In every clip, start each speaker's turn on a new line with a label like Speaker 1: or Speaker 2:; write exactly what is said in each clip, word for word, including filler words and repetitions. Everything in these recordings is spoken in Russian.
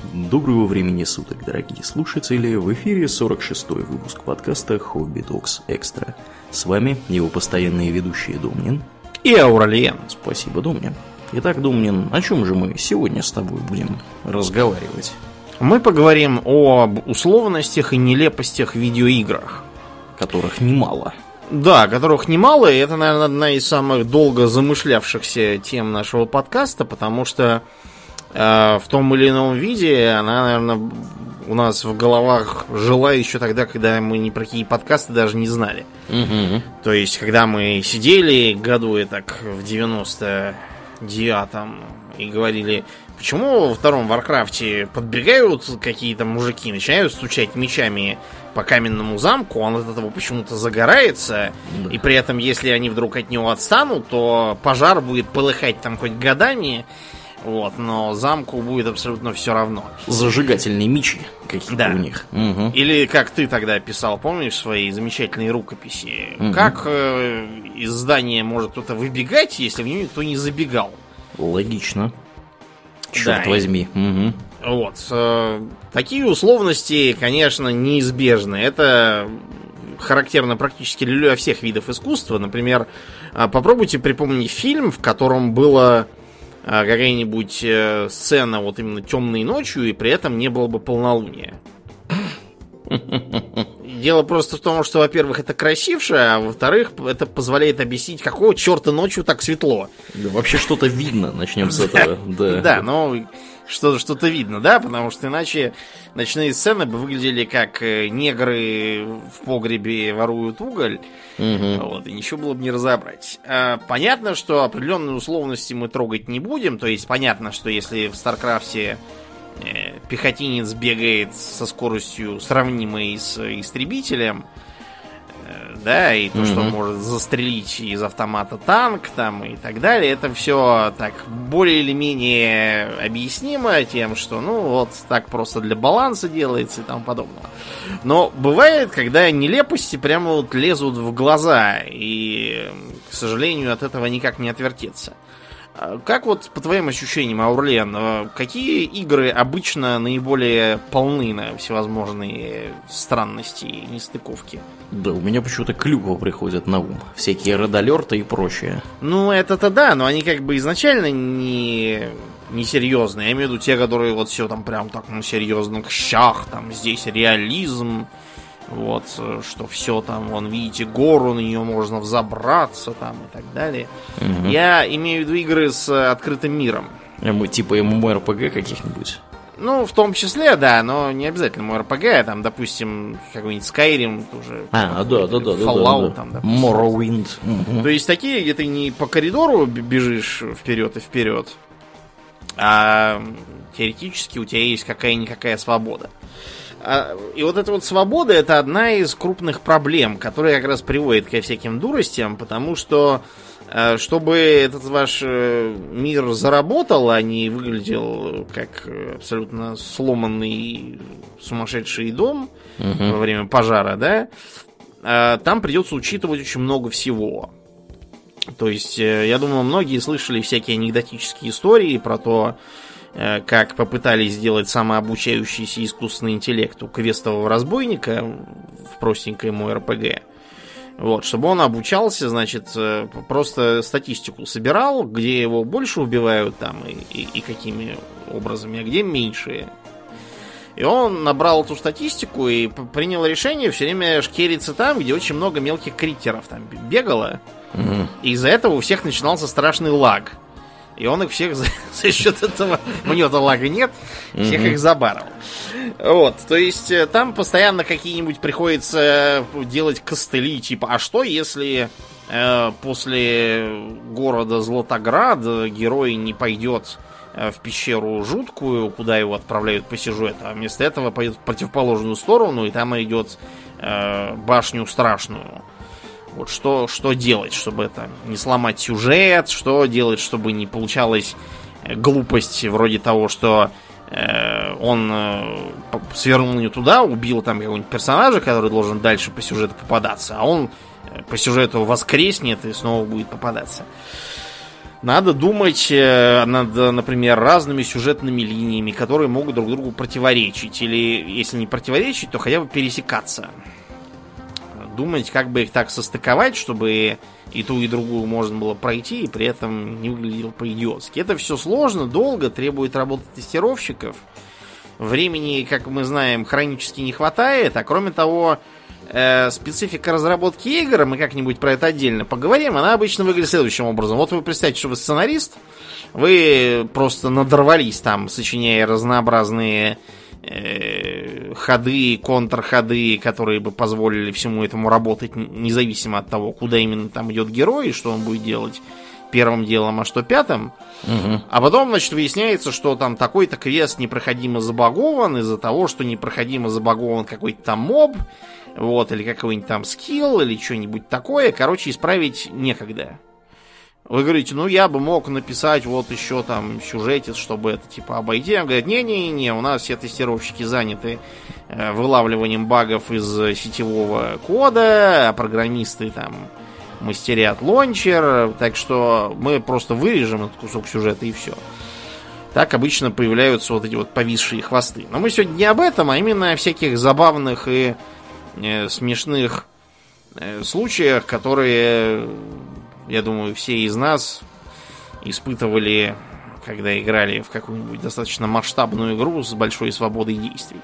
Speaker 1: Доброго времени суток, дорогие слушатели! В эфире сорок шестой выпуск подкаста Hobby Talks Extra. С вами его постоянные ведущие Домнин
Speaker 2: и Ауралиен.
Speaker 1: Спасибо, Домнин. Итак, Домнин, о чем же мы сегодня с тобой будем разговаривать?
Speaker 2: Мы поговорим об условностях и нелепостях в видеоиграх,
Speaker 1: которых немало.
Speaker 2: Да, которых немало, и это, наверное, одна из самых долго замышлявшихся тем нашего подкаста, потому что э, в том или ином виде она, наверное, у нас в головах жила еще тогда, когда мы ни про какие подкасты даже не знали.
Speaker 1: Угу.
Speaker 2: То есть, когда мы сидели году и так в девяносто девятом и говорили, почему во втором Варкрафте подбегают какие-то мужики, начинают стучать мечами по каменному замку, он от этого почему-то загорается, да. И при этом, если они вдруг от него отстанут, то пожар будет полыхать там хоть годами, вот, но замку будет абсолютно все равно.
Speaker 1: Зажигательные мечи какие-то, да, у них. Угу.
Speaker 2: Или как ты тогда писал, помнишь, в своей замечательной рукописи, угу. Как э, из здания может кто-то выбегать, если в него никто не забегал?
Speaker 1: Логично. Черт, да, возьми.
Speaker 2: Угу. Вот. Э, такие условности, конечно, неизбежны. Это характерно практически для всех видов искусства. Например, попробуйте припомнить фильм, в котором была какая-нибудь э, сцена вот именно темной ночью, и при этом не было бы полнолуния. Дело просто в том, что, во-первых, это красивше, а во-вторых, это позволяет объяснить, какого черта ночью так светло.
Speaker 1: Да, вообще что-то видно, начнем с этого. Да,
Speaker 2: да, но что-то видно, да, потому что иначе ночные сцены бы выглядели как негры в погребе воруют уголь, угу. Вот, и ничего было бы не разобрать. Понятно, что определенные условности мы трогать не будем, то есть понятно, что если в Старкрафте пехотинец бегает со скоростью, сравнимой с истребителем, да, и то, mm-hmm. что он может застрелить из автомата танк там и так далее, это все так более или менее объяснимо тем, что, ну, вот так просто для баланса делается и тому подобного. Но бывает, когда нелепости прямо вот лезут в глаза, и, к сожалению, от этого никак не отвертеться. Как вот по твоим ощущениям, Аурлиен, какие игры обычно наиболее полны на всевозможные странности и нестыковки?
Speaker 1: Да, у меня почему-то клюква приходит на ум. Всякие Red Alert и прочее.
Speaker 2: Ну, это-то да, но они как бы изначально не, не серьезные. Я имею в виду те, которые вот все там прям так на серьезных щах, там здесь реализм. Вот, что все там, вон, видите, гору, на нее можно взобраться там и так далее. Угу. Я имею в виду игры с открытым миром.
Speaker 1: Мы типа MMORPG каких-нибудь?
Speaker 2: Ну, в том числе, да, но не обязательно MMORPG, там, допустим, какой-нибудь Skyrim тоже.
Speaker 1: А, да, да, да,
Speaker 2: Fallout,
Speaker 1: да, да.
Speaker 2: Там, допустим.
Speaker 1: Morrowind. Угу.
Speaker 2: То есть такие, где ты не по коридору бежишь вперед и вперед, а теоретически у тебя есть какая-никакая свобода. И вот эта вот свобода — это одна из крупных проблем, которая как раз приводит ко всяким дуростям, потому что, чтобы этот ваш мир заработал, а не выглядел как абсолютно сломанный сумасшедший дом угу. во время пожара, да, там придется учитывать очень много всего. То есть, я думаю, многие слышали всякие анекдотические истории про то, как попытались сделать самообучающийся искусственный интеллект у квестового разбойника в простенькой MMORPG. Вот, чтобы он обучался, значит, просто статистику собирал, где его больше убивают там и, и, и какими образами, а где меньше. И он набрал эту статистику и принял решение все время шкериться там, где очень много мелких криттеров там бегало. Mm-hmm. И из-за этого у всех начинался страшный лаг. И он их всех за, за счет этого, у него-то лага нет, всех mm-hmm. их забарил. Вот, то есть там постоянно какие-нибудь приходится делать костыли, типа, а что если э, после города Златоград герой не пойдет в пещеру жуткую, куда его отправляют по сюжету, а вместо этого пойдет в противоположную сторону, и там идет э, башню страшную. Вот что, что делать, чтобы это не сломать сюжет, что делать, чтобы не получалась глупость вроде того, что э, он э, свернул не туда, убил там какого-нибудь персонажа, который должен дальше по сюжету попадаться, а он по сюжету воскреснет и снова будет попадаться. Надо думать над, например, разными сюжетными линиями, которые могут друг другу противоречить. Или, если не противоречить, то хотя бы пересекаться. Думать, как бы их так состыковать, чтобы и ту, и другую можно было пройти, и при этом не выглядело по-идиотски. Это все сложно, долго, требует работы тестировщиков. Времени, как мы знаем, хронически не хватает. А кроме того, э, специфика разработки игр, мы как-нибудь про это отдельно поговорим, она обычно выглядит следующим образом. Вот вы представьте, что вы сценарист, вы просто надорвались там, сочиняя разнообразные э, ходы, контрходы, которые бы позволили всему этому работать, независимо от того, куда именно там идет герой и что он будет делать первым делом, а что пятым. Угу. А потом, значит, выясняется, что там такой-то квест непроходимо забагован из-за того, что непроходимо забагован какой-то там моб, вот, или какой-нибудь там скилл, или что-нибудь такое. Короче, исправить некогда. Вы говорите, ну я бы мог написать вот еще там сюжетец, чтобы это типа обойти. Он говорит, не-не-не, у нас все тестировщики заняты э, вылавливанием багов из сетевого кода, а программисты там мастерят лончер, так что мы просто вырежем этот кусок сюжета и все. Так обычно появляются вот эти вот повисшие хвосты. Но мы сегодня не об этом, а именно о всяких забавных и э, смешных э, случаях, которые, я думаю, все из нас испытывали, когда играли в какую-нибудь достаточно масштабную игру с большой свободой действий.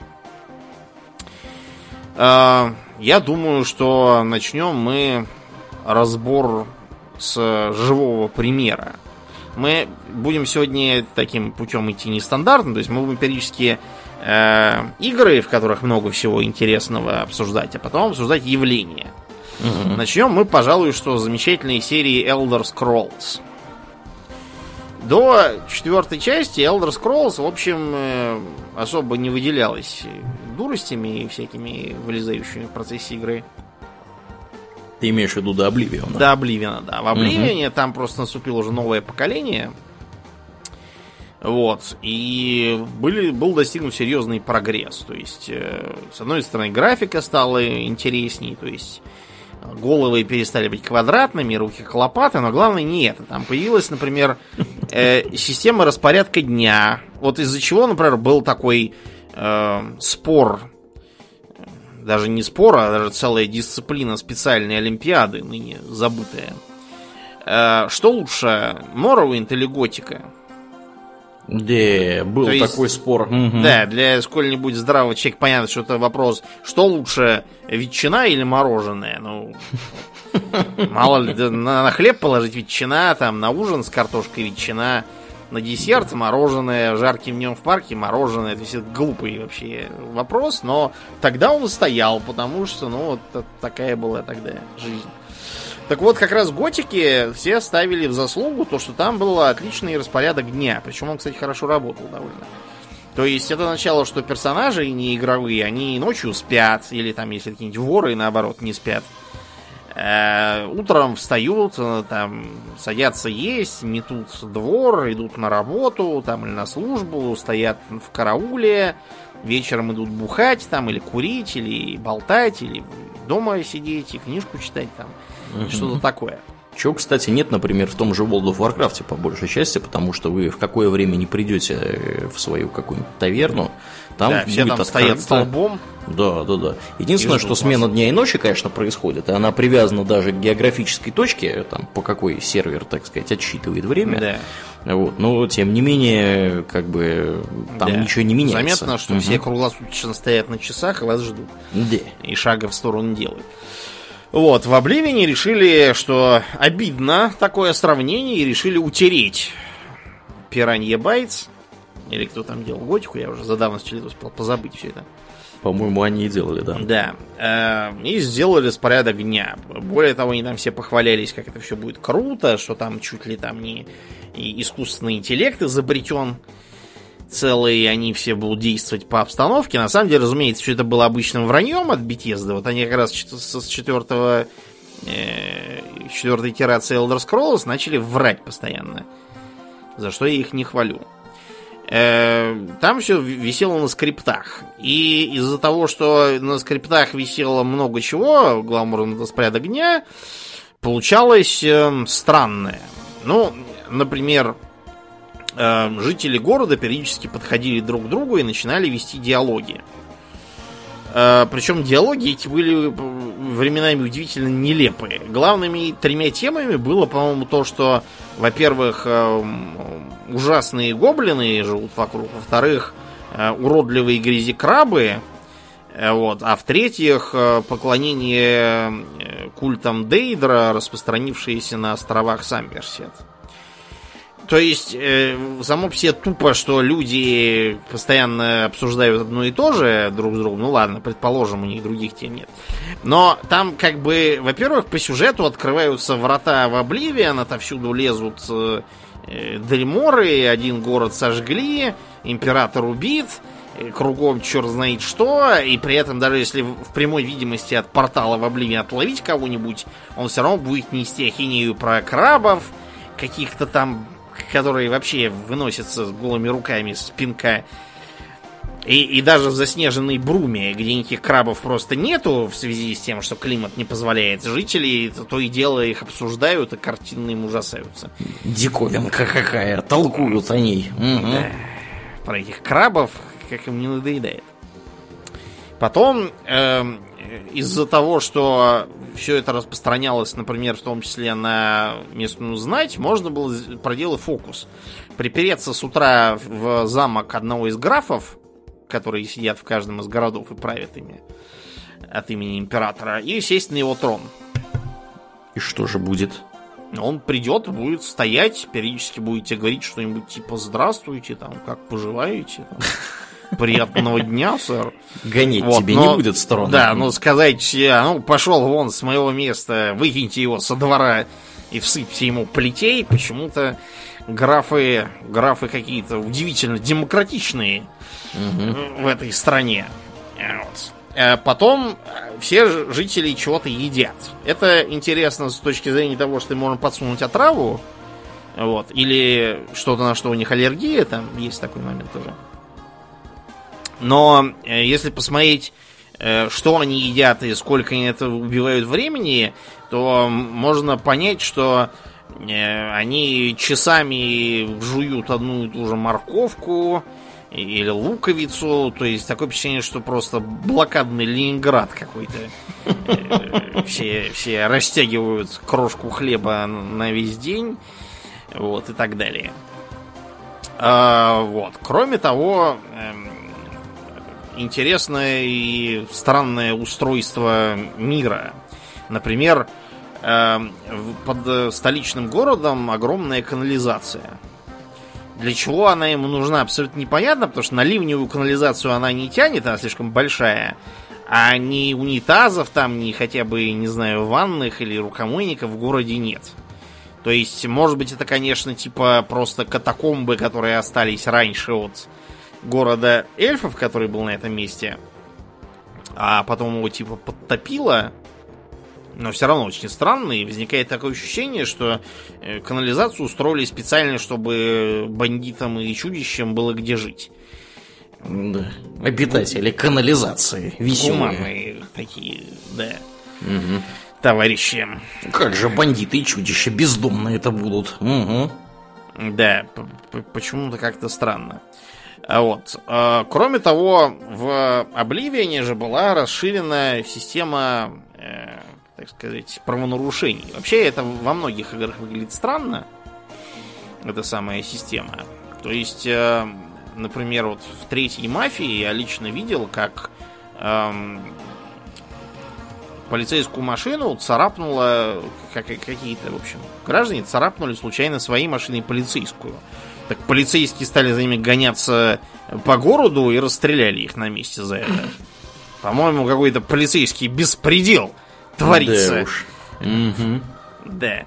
Speaker 2: Э, я думаю, что начнем мы разбор с живого примера. Мы будем сегодня таким путем идти нестандартно, то есть мы будем периодически э, игры, в которых много всего интересного обсуждать, а потом обсуждать явления. Uh-huh. Начнем мы, пожалуй, что с замечательной серии Elder Scrolls. До четвертой части Elder Scrolls, в общем, э, особо не выделялась дуростями и всякими вылезающими в процессе игры.
Speaker 1: Ты имеешь в виду до Обливиона? До
Speaker 2: Обливиона, да. В Обливионе угу. там просто наступило уже новое поколение. Вот. И были, был достигнут серьезный прогресс. То есть, э, с одной стороны, графика стала интересней. То есть, головы перестали быть квадратными, руки как лопаты. Но главное не это. Там появилась, например, э, система распорядка дня. Вот из-за чего, например, был такой э, спор. Даже не спор, а даже целая дисциплина специальной олимпиады, ныне забытая. Что лучше, Morrowind или Готика?
Speaker 1: Да, был То такой есть, спор. Угу.
Speaker 2: Да, для сколь-нибудь здравого человека понятно, что это вопрос, что лучше, ветчина или мороженое? Ну, мало ли, на хлеб положить ветчина, там, на ужин с картошкой ветчина, на десерт мороженое, жарким днем в парке мороженое. То есть это глупый вообще вопрос, но тогда он стоял, потому что, ну, вот такая была тогда жизнь. Так вот, как раз в Готике все ставили в заслугу то, что там был отличный распорядок дня. Причем он, кстати, хорошо работал довольно. То есть это означало, что персонажи не игровые, они ночью спят, или там, если какие-нибудь воры, наоборот, не спят. Утром встают, там, садятся есть, метут двор, идут на работу, там, или на службу, стоят в карауле, вечером идут бухать, там, или курить, или болтать, или дома сидеть и книжку читать, там, mm-hmm. что-то такое.
Speaker 1: Чего, кстати, нет, например, в том же World of Warcraft, по большей части, потому что вы в какое время не придете в свою какую-нибудь таверну, там
Speaker 2: да, все там стоят
Speaker 1: открыто...
Speaker 2: столбом.
Speaker 1: Да, да, да. Единственное, что смена дня и ночи, конечно, происходит, и она привязана даже к географической точке, там, по какой сервер, так сказать, отсчитывает время. Да. Вот. Но, тем не менее, как бы, там да. ничего не меняется.
Speaker 2: Заметно, что угу. все круглосуточно стоят на часах и вас ждут.
Speaker 1: Да.
Speaker 2: И шага в сторону делают. Вот, в Обливионе решили, что обидно такое сравнение, и решили утереть Piranha Bytes. Или кто там делал Готику, я уже за давностью лет успел позабыть все это.
Speaker 1: По-моему, они и делали, да.
Speaker 2: Да. Э, и сделали распорядок дня. Более того, они там все похвалялись, как это все будет круто, что там чуть ли там не и искусственный интеллект изобретен целый, они все будут действовать по обстановке. На самом деле, разумеется, все это было обычным враньем от Bethesda. Вот они как раз с четвертого, э, четвертой итерации Elder Scrolls начали врать постоянно. За что я их не хвалю. Э, там все висело на скриптах. И из-за того, что на скриптах висело много чего, гламурный распорядок дня, получалось э, странное. Ну, например, э, жители города периодически подходили друг к другу и начинали вести диалоги. Э, причем диалоги эти были временами удивительно нелепые. Главными тремя темами было, по-моему, то, что, во-первых, э, ужасные гоблины живут вокруг, во-вторых, э, уродливые грязекрабы, э, вот, а в-третьих, э, поклонение э, культам Дейдра, распространившиеся на островах Саммерсет. То есть, э, само по себе тупо, что люди постоянно обсуждают одно и то же друг с другом. Ну ладно, предположим, у них других тем нет. Но там, как бы, во-первых, по сюжету открываются врата в Обливион, отовсюду лезут э, дельморы, один город сожгли, император убит, кругом черт знает что, и при этом, даже если в прямой видимости от портала в Обливион отловить кого-нибудь, он все равно будет нести ахинею про крабов, каких-то там, которые вообще выносятся с голыми руками с пинка. И, и даже в заснеженной Бруме, где никаких крабов просто нету в связи с тем, что климат не позволяет, жители то и дело их обсуждают и картинно им ужасаются.
Speaker 1: Диковинка какая, толкуют о ней. Угу.
Speaker 2: Да, про этих крабов, как им не надоедает. Потом, э, из-за того, что все это распространялось, например, в том числе на местную знать, можно было проделать фокус. Припереться с утра в замок одного из графов, которые сидят в каждом из городов и правят ими от имени императора, и сесть на его трон.
Speaker 1: И что же будет?
Speaker 2: Он придет, будет стоять, периодически будете говорить что-нибудь типа «Здравствуйте», там, «Как поживаете?» там, «Приятного дня, сэр».
Speaker 1: Гонять вот, тебе но, не будет стороны.
Speaker 2: Да, но сказать, ну, пошел вон с моего места, выкиньте его со двора и всыпьте ему плетей, почему-то графы, графы какие-то удивительно демократичные угу. в этой стране. Вот. Потом все жители чего-то едят. Это интересно с точки зрения того, что им можно подсунуть отраву, вот, или что-то, на что у них аллергия, там есть такой момент тоже. Но если посмотреть, что они едят и сколько они это убивают времени, то можно понять, что они часами жуют одну и ту же морковку или луковицу. То есть такое впечатление, что просто блокадный Ленинград какой-то. Все, все растягивают крошку хлеба на весь день. Вот, и так далее. А, вот. Кроме того, интересное и странное устройство мира. Например, под столичным городом огромная канализация. Для чего она ему нужна, абсолютно непонятно, потому что на ливневую канализацию она не тянет, она слишком большая. А ни унитазов там, ни хотя бы, не знаю, ванных или рукомойников в городе нет. То есть, может быть, это, конечно, типа просто катакомбы, которые остались раньше от города эльфов, который был на этом месте, а потом его типа подтопило. Но все равно очень странно, и возникает такое ощущение, что канализацию устроили специально, чтобы бандитам и чудищам было где жить.
Speaker 1: Да. Обитатели канализации веселые.
Speaker 2: Гуманные такие, да.
Speaker 1: Угу.
Speaker 2: Товарищи.
Speaker 1: Как же бандиты и чудища бездомные это будут. Угу.
Speaker 2: Да, почему-то как-то странно. Вот. Кроме того, в Обливионе же была расширена система, так сказать, правонарушений. Вообще это во многих играх выглядит странно, эта самая система. То есть, например, вот в третьей мафии я лично видел, как эм, полицейскую машину царапнуло, как, какие-то, в общем, граждане царапнули случайно своей машиной полицейскую. Так полицейские стали за ними гоняться по городу и расстреляли их на месте за это. По-моему, какой-то полицейский беспредел творится.
Speaker 1: Да уж. Угу.
Speaker 2: Да.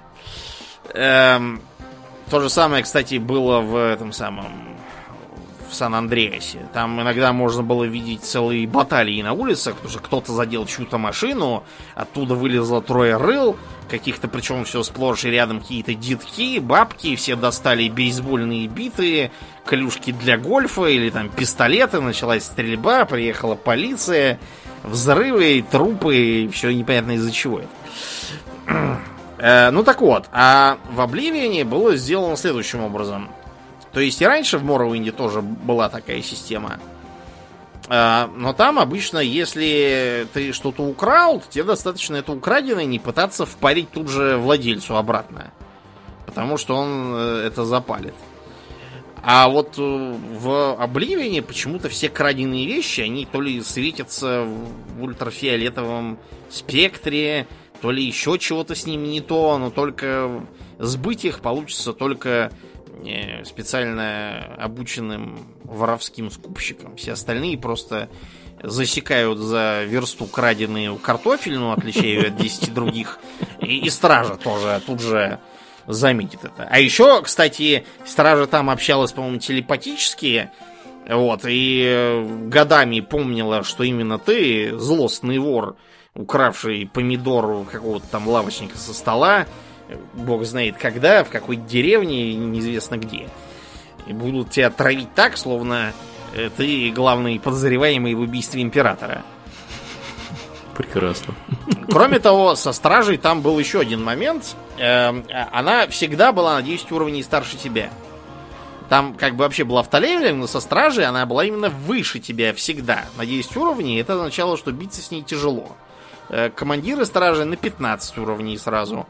Speaker 2: Эм, то же самое, кстати, было в этом самом в Сан-Андреасе. Там иногда можно было видеть целые баталии на улицах, потому что кто-то задел чью-то машину, оттуда вылезло трое рыл, каких-то, причем все сплошь и рядом какие-то детки, бабки, все достали бейсбольные биты, клюшки для гольфа или там пистолеты, началась стрельба, приехала полиция, взрывы, трупы, все непонятно из-за чего это. Э, ну так вот, а в Обливионе было сделано следующим образом. То есть и раньше в Morrowind'е тоже была такая система. Э, но там обычно, если ты что-то украл, то тебе достаточно это украденное не пытаться впарить тут же владельцу обратно. Потому что он это запалит. А вот в Обливионе почему-то все краденые вещи, они то ли светятся в ультрафиолетовом спектре, то ли еще чего-то с ними не то, но только сбыть их получится только специально обученным воровским скупщикам. Все остальные просто засекают за версту краденую картофельную, отличая ее от десяти других, и, и стража тоже тут же заметит это. А еще, кстати, стража там общалась, по-моему, телепатически, вот, и годами помнила, что именно ты, злостный вор, укравший помидор какого-то там лавочника со стола, бог знает когда, в какой деревне, неизвестно где. И будут тебя травить так, словно ты главный подозреваемый в убийстве императора.
Speaker 1: Прекрасно.
Speaker 2: Кроме того, со стражей там был еще один момент. Она всегда была на десять уровней старше тебя. Там как бы вообще был автолевелинг, но со стражей она была именно выше тебя всегда. На десять уровней. Это означало, что биться с ней тяжело. Командиры стражи на пятнадцать уровней сразу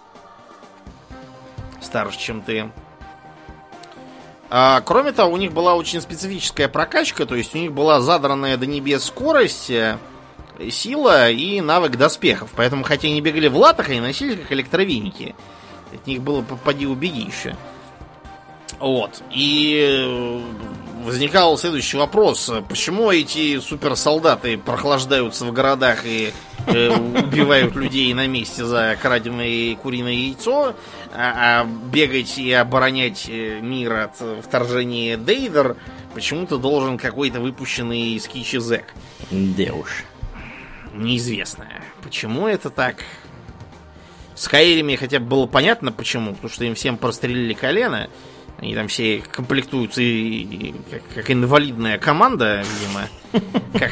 Speaker 2: старше, чем ты. А, кроме того, у них была очень специфическая прокачка. То есть у них была задранная до небес скорость, сила и навык доспехов. Поэтому, хотя они бегали в латах, они носились как электровеники. От них было попади убеги еще. Вот. И возникал следующий вопрос. Почему эти суперсолдаты прохлаждаются в городах и э, убивают людей на месте за краденое куриное яйцо, а, а бегать и оборонять мир от вторжения Дейдер почему-то должен какой-то выпущенный из кичи зэк?
Speaker 1: Да уж.
Speaker 2: Неизвестно. Почему это так? В Скайриме хотя бы было понятно почему. Потому что им всем прострелили колено. Они там все комплектуются и, и, как, как инвалидная команда, видимо. Как,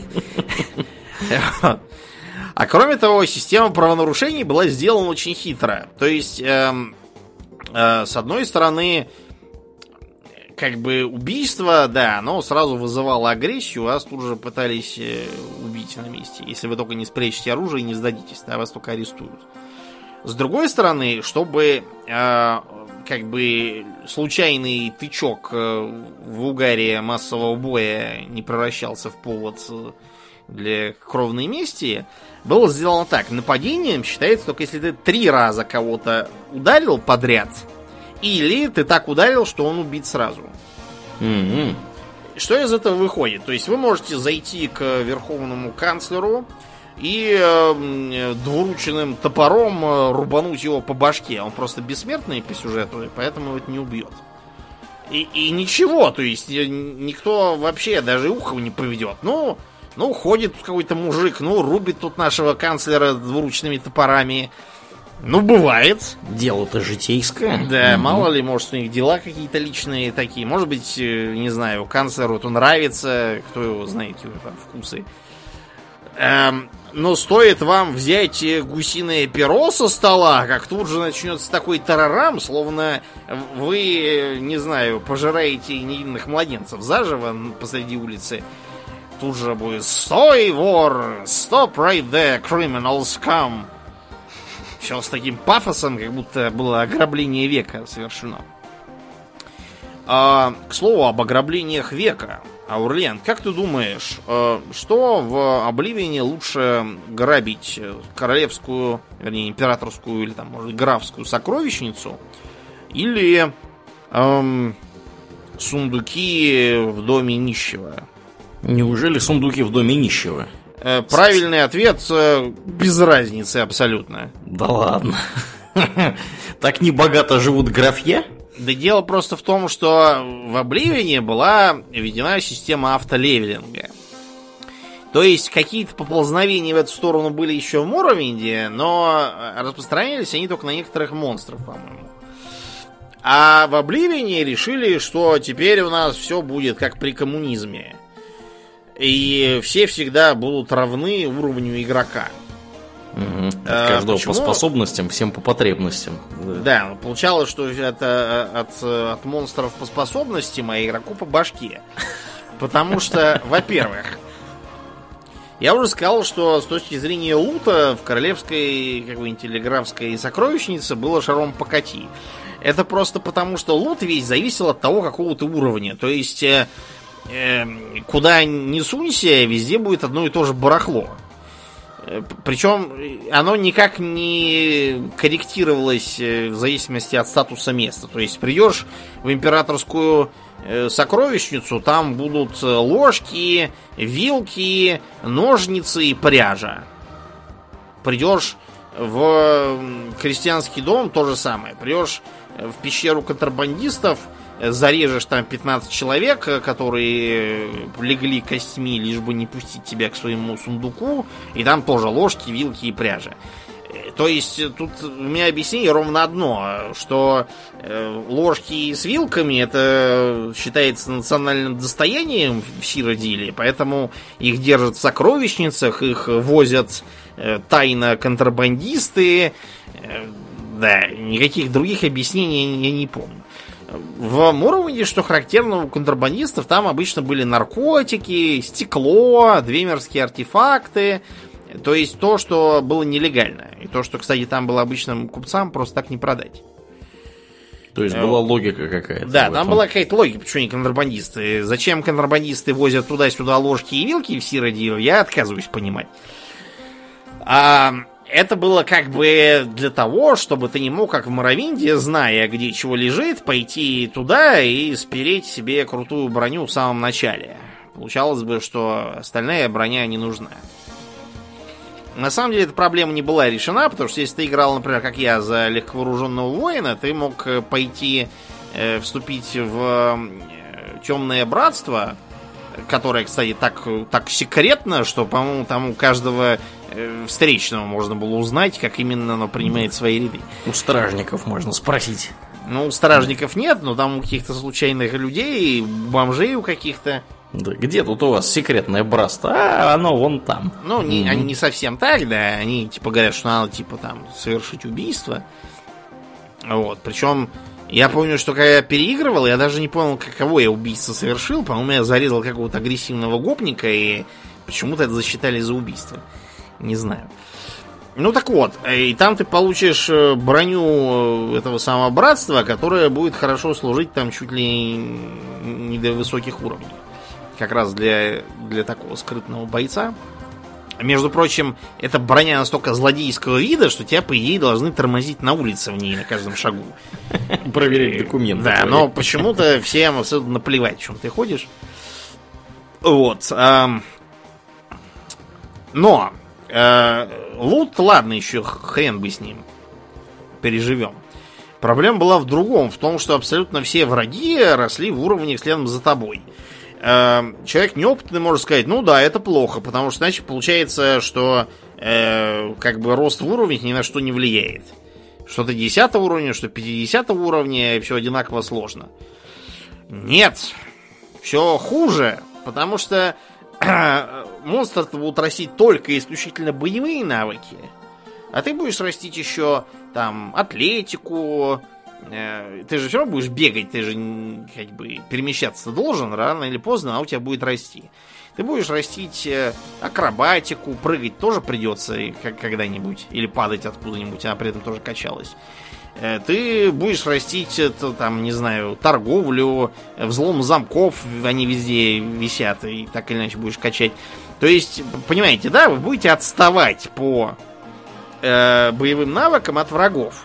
Speaker 2: как а кроме того, система правонарушений была сделана очень хитро. То есть, э, э, с одной стороны, как бы убийство, да, оно сразу вызывало агрессию, вас тут же пытались убить на месте. Если вы только не спрячете оружие и не сдадитесь, да, вас только арестуют. С другой стороны, чтобы э, как бы случайный тычок в угаре массового боя не превращался в повод для кровной мести, было сделано так. Нападением считается только если ты три раза кого-то ударил подряд, или ты так ударил, что он убит сразу.
Speaker 1: Mm-hmm.
Speaker 2: Что из этого выходит? То есть вы можете зайти к верховному канцлеру и э, двуручным топором э, рубануть его по башке. Он просто бессмертный по сюжету, и поэтому это не убьет. И, и ничего, то есть никто вообще даже ухом не поведет. Ну, ну, ходит какой-то мужик, ну, рубит тут нашего канцлера двуручными топорами. Ну, бывает.
Speaker 1: Дело-то житейское.
Speaker 2: Да, mm-hmm. Мало ли, может, у них дела какие-то личные такие. Может быть, не знаю, канцлеру это нравится, кто его знает, его там вкусы. Эм, но стоит вам взять гусиное перо со стола, как тут же начнется такой тарарам, словно вы, не знаю, пожираете невинных младенцев заживо посреди улицы. Тут же будет: «Стой, вор! Stop right there, criminal scum!» Все с таким пафосом, как будто было ограбление века совершено. А, к слову, об ограблениях века. Аурлиан, как ты думаешь, что в Обливионе лучше грабить? Королевскую, вернее, императорскую или там, может, графскую сокровищницу? Или эм, сундуки в доме нищего?
Speaker 1: Неужели сундуки в доме нищего?
Speaker 2: Правильный ответ: без разницы абсолютно.
Speaker 1: Да ладно. Так небогато живут графья?
Speaker 2: Да дело просто в том, что в Обливионе была введена система автолевелинга. То есть какие-то поползновения в эту сторону были еще в Morrowind'е, но распространялись они только на некоторых монстров, по-моему. А в Обливионе решили, что теперь у нас все будет как при коммунизме. И все всегда будут равны уровню игрока.
Speaker 1: Угу. От каждого Почему? По способностям, всем по потребностям.
Speaker 2: Да, да, получалось, что это от, от монстров по способностям, а игроку по башке. Потому что, во-первых, я уже сказал, что с точки зрения лута в королевской, как бы, телеграфской сокровищнице было шаром покати. Это просто потому, что лут весь зависел от того, какого ты уровня. То есть, э, э, куда ни сунься, везде будет одно и то же барахло. Причем оно никак не корректировалось в зависимости от статуса места. То есть придешь в императорскую сокровищницу, там будут ложки, вилки, ножницы и пряжа. Придешь в крестьянский дом, то же самое. Придешь в пещеру контрабандистов, зарежешь там пятнадцать человек, которые легли костьми, лишь бы не пустить тебя к своему сундуку, и там тоже ложки, вилки и пряжа. То есть тут у меня объяснение ровно одно, что ложки с вилками это считается национальным достоянием в Сиродиле, поэтому их держат в сокровищницах, их возят тайно контрабандисты. Да, никаких других объяснений я не помню. В Муромеде, что характерно, у контрабандистов там обычно были наркотики, стекло, двемерские артефакты. То есть то, что было нелегально. И то, что, кстати, там было обычным купцам просто так не продать.
Speaker 1: То есть была логика какая-то.
Speaker 2: Да, там была какая-то логика, почему не контрабандисты. Зачем контрабандисты возят туда-сюда ложки и вилки в Сиродил, я отказываюсь понимать. А... Это было как бы для того, чтобы ты не мог, как в Моровинде, зная, где чего лежит, пойти туда и спереть себе крутую броню в самом начале. Получалось бы, что остальная броня не нужна. На самом деле, эта проблема не была решена, потому что если ты играл, например, как я, за легковооруженного воина, ты мог пойти э, вступить в э, Темное Братство, которое, кстати, так, так секретно, что, по-моему, там у каждого встречного можно было узнать, как именно оно принимает свои ряды.
Speaker 1: У стражников можно спросить.
Speaker 2: Ну, у стражников нет, но там у каких-то случайных людей, бомжей у каких-то.
Speaker 1: Да, где тут у вас секретное братство? А, оно вон там.
Speaker 2: Ну, не, mm-hmm. они не совсем так, да. Они, типа, говорят, что надо, типа, там, совершить убийство. Вот, причем... Я помню, что когда я переигрывал, я даже не понял, каково я убийство совершил. По-моему, я зарезал какого-то агрессивного гопника, и почему-то это засчитали за убийство. Не знаю. Ну так вот, и там ты получишь броню этого самого братства, которая будет хорошо служить там чуть ли не до высоких уровней. Как раз для, для такого скрытного бойца. Между прочим, эта броня настолько злодейского вида, что тебя, по идее, должны тормозить на улице в ней на каждом шагу.
Speaker 1: Проверять документы.
Speaker 2: Да, но почему-то всем абсолютно наплевать, в чем ты ходишь. Вот. Но лут, ладно, еще хрен бы с ним. Переживем. Проблема была в другом, в том, что абсолютно все враги росли в уровне следом за тобой. Человек неопытный может сказать, ну да, это плохо, потому что значит получается, что э, как бы рост в уровне ни на что не влияет. Что ты десятого уровня, что пятидесятого уровня, все одинаково сложно. Нет, все хуже, потому что э, монстры-то будут растить только исключительно боевые навыки, а ты будешь растить еще там атлетику. Ты же все равно будешь бегать, ты же как бы перемещаться должен, рано или поздно, а у тебя будет расти. Ты будешь растить акробатику, прыгать тоже придется когда-нибудь, или падать откуда-нибудь, она при этом тоже качалась. Ты будешь растить, там, не знаю, торговлю, взлом замков, они везде висят, и так или иначе будешь качать. То есть, понимаете, да, вы будете отставать по э, боевым навыкам от врагов.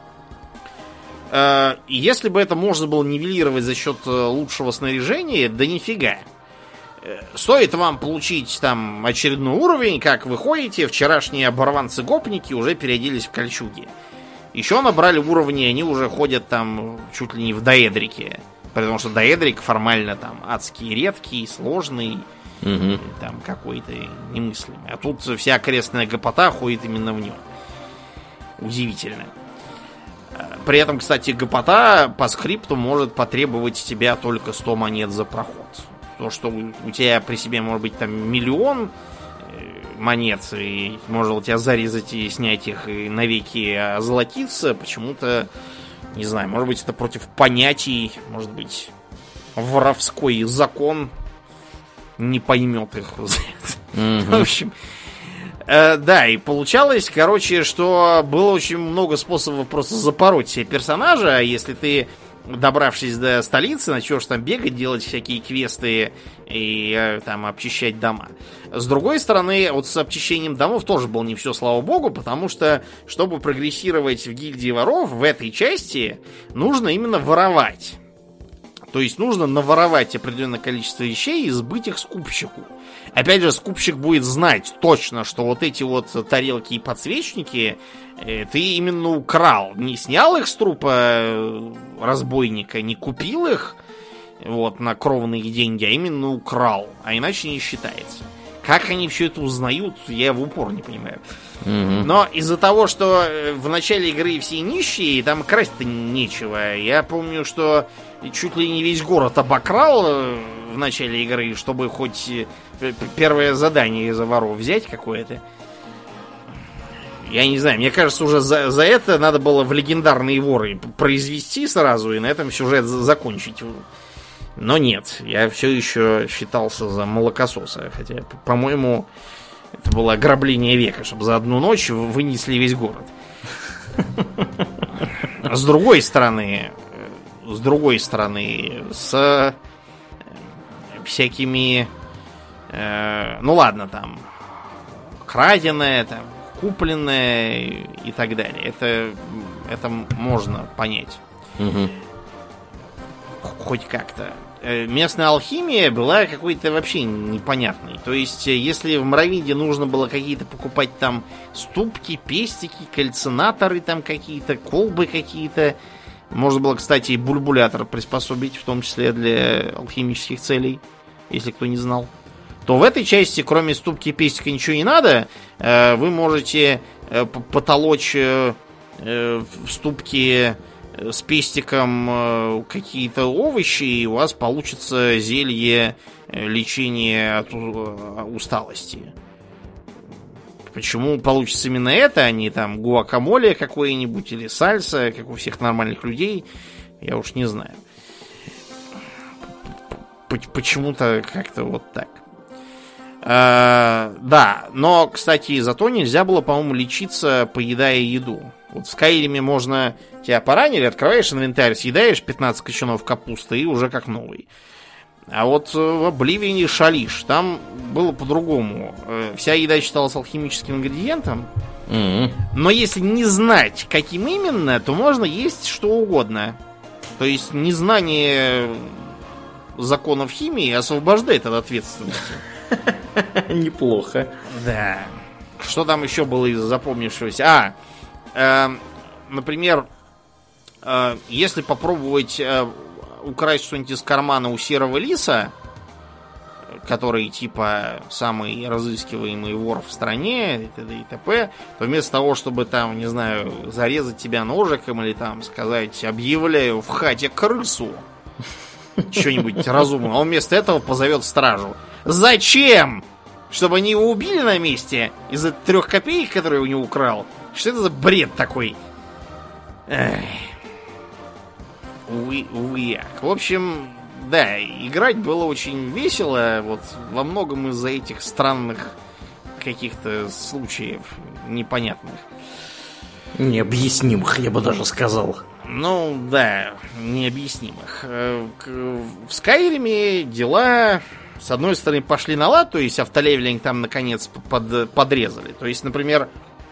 Speaker 2: Если бы это можно было нивелировать за счет лучшего снаряжения, да нифига. Стоит вам получить там очередной уровень, как вы ходите, вчерашние оборванцы-гопники уже переоделись в кольчуги. Еще набрали уровни, они уже ходят там чуть ли не в доэдрике. Потому что доэдрик формально там адский редкий, сложный, угу. Там какой-то немыслимый. А тут вся окрестная гопота ходит именно в нем. Удивительно. При этом, кстати, гопота по скрипту может потребовать с тебя только сто монет за проход. То, что у тебя при себе может быть там миллион монет, и можно тебя зарезать и снять их, и навеки озолотиться, почему-то, не знаю, может быть, это против понятий, может быть, воровской закон не поймет их. Mm-hmm. В общем, э, да, и получалось, короче, что было очень много способов просто запороть себе персонажа, а если ты, добравшись до столицы, начнешь там бегать, делать всякие квесты и э, там обчищать дома. С другой стороны, вот с обчищением домов тоже было не все, слава богу, потому что, чтобы прогрессировать в гильдии воров, в этой части нужно именно воровать. То есть нужно наворовать определенное количество вещей и сбыть их скупщику. Опять же, скупщик будет знать точно, что вот эти вот тарелки и подсвечники э, ты именно украл. Не снял их с трупа разбойника, не купил их вот на кровные деньги, а именно украл. А иначе не считается. Как они все это узнают, я в упор не понимаю. Mm-hmm. Но из-за того, что в начале игры все нищие, там красть-то нечего. Я помню, что чуть ли не весь город обокрал в начале игры, чтобы хоть первое задание из-за воров взять какое-то. Я не знаю, мне кажется, уже за, за это надо было в легендарные воры произвести сразу и на этом сюжет закончить. Но нет, я все еще считался за молокососа. Хотя, по-моему, это было ограбление века, чтобы за одну ночь вынесли весь город. С другой стороны, с другой стороны, с всякими, э, ну ладно, там, краденое, там, купленное и так далее. Это, это можно понять. Угу. Хоть как-то. Местная алхимия была какой-то вообще непонятной. То есть, если в Моровиде нужно было какие-то покупать там ступки, пестики, кальцинаторы там какие-то, колбы какие-то, можно было, кстати, и бульбулятор приспособить, в том числе для алхимических целей, если кто не знал, то в этой части, кроме ступки и пестика, ничего не надо. Вы можете потолочь в ступке с пестиком какие-то овощи, и у вас получится зелье лечения от усталости. Почему получится именно это, а не там гуакамоле какое-нибудь или сальса, как у всех нормальных людей, я уж не знаю. Почему-то как-то вот так. А, да, но, кстати, зато нельзя было, по-моему, лечиться, поедая еду. Вот в Скайриме можно... Тебя поранили, открываешь инвентарь, съедаешь пятнадцать кочанов капусты и уже как новый. А вот в Обливине шалишь. Там было по-другому. Вся еда считалась алхимическим ингредиентом. Mm-hmm. Но если не знать, каким именно, то можно есть что угодно. То есть незнание законов химии освобождает от ответственности.
Speaker 1: Неплохо.
Speaker 2: Да. Что там еще было из запомнившегося? А, э, например, э, если попробовать э, украсть что-нибудь из кармана у серого лиса, который типа самый разыскиваемый вор в стране, и т.д. и т.п., то вместо того, чтобы там, не знаю, зарезать тебя ножиком или там сказать «объявляю в хате крысу», что-нибудь разумное, он вместо этого позовет стражу. Зачем? Чтобы они его убили на месте из-за трех копеек, которые у него украл? Что это за бред такой? Эх. Увы, увы. В общем, да, играть было очень весело. Вот во многом из-за этих странных каких-то случаев непонятных.
Speaker 1: Необъяснимых, я бы даже сказал.
Speaker 2: Ну, да, необъяснимых. В Скайриме дела, с одной стороны, пошли на лад, то есть автолевелинг там, наконец, под, подрезали. То есть, например,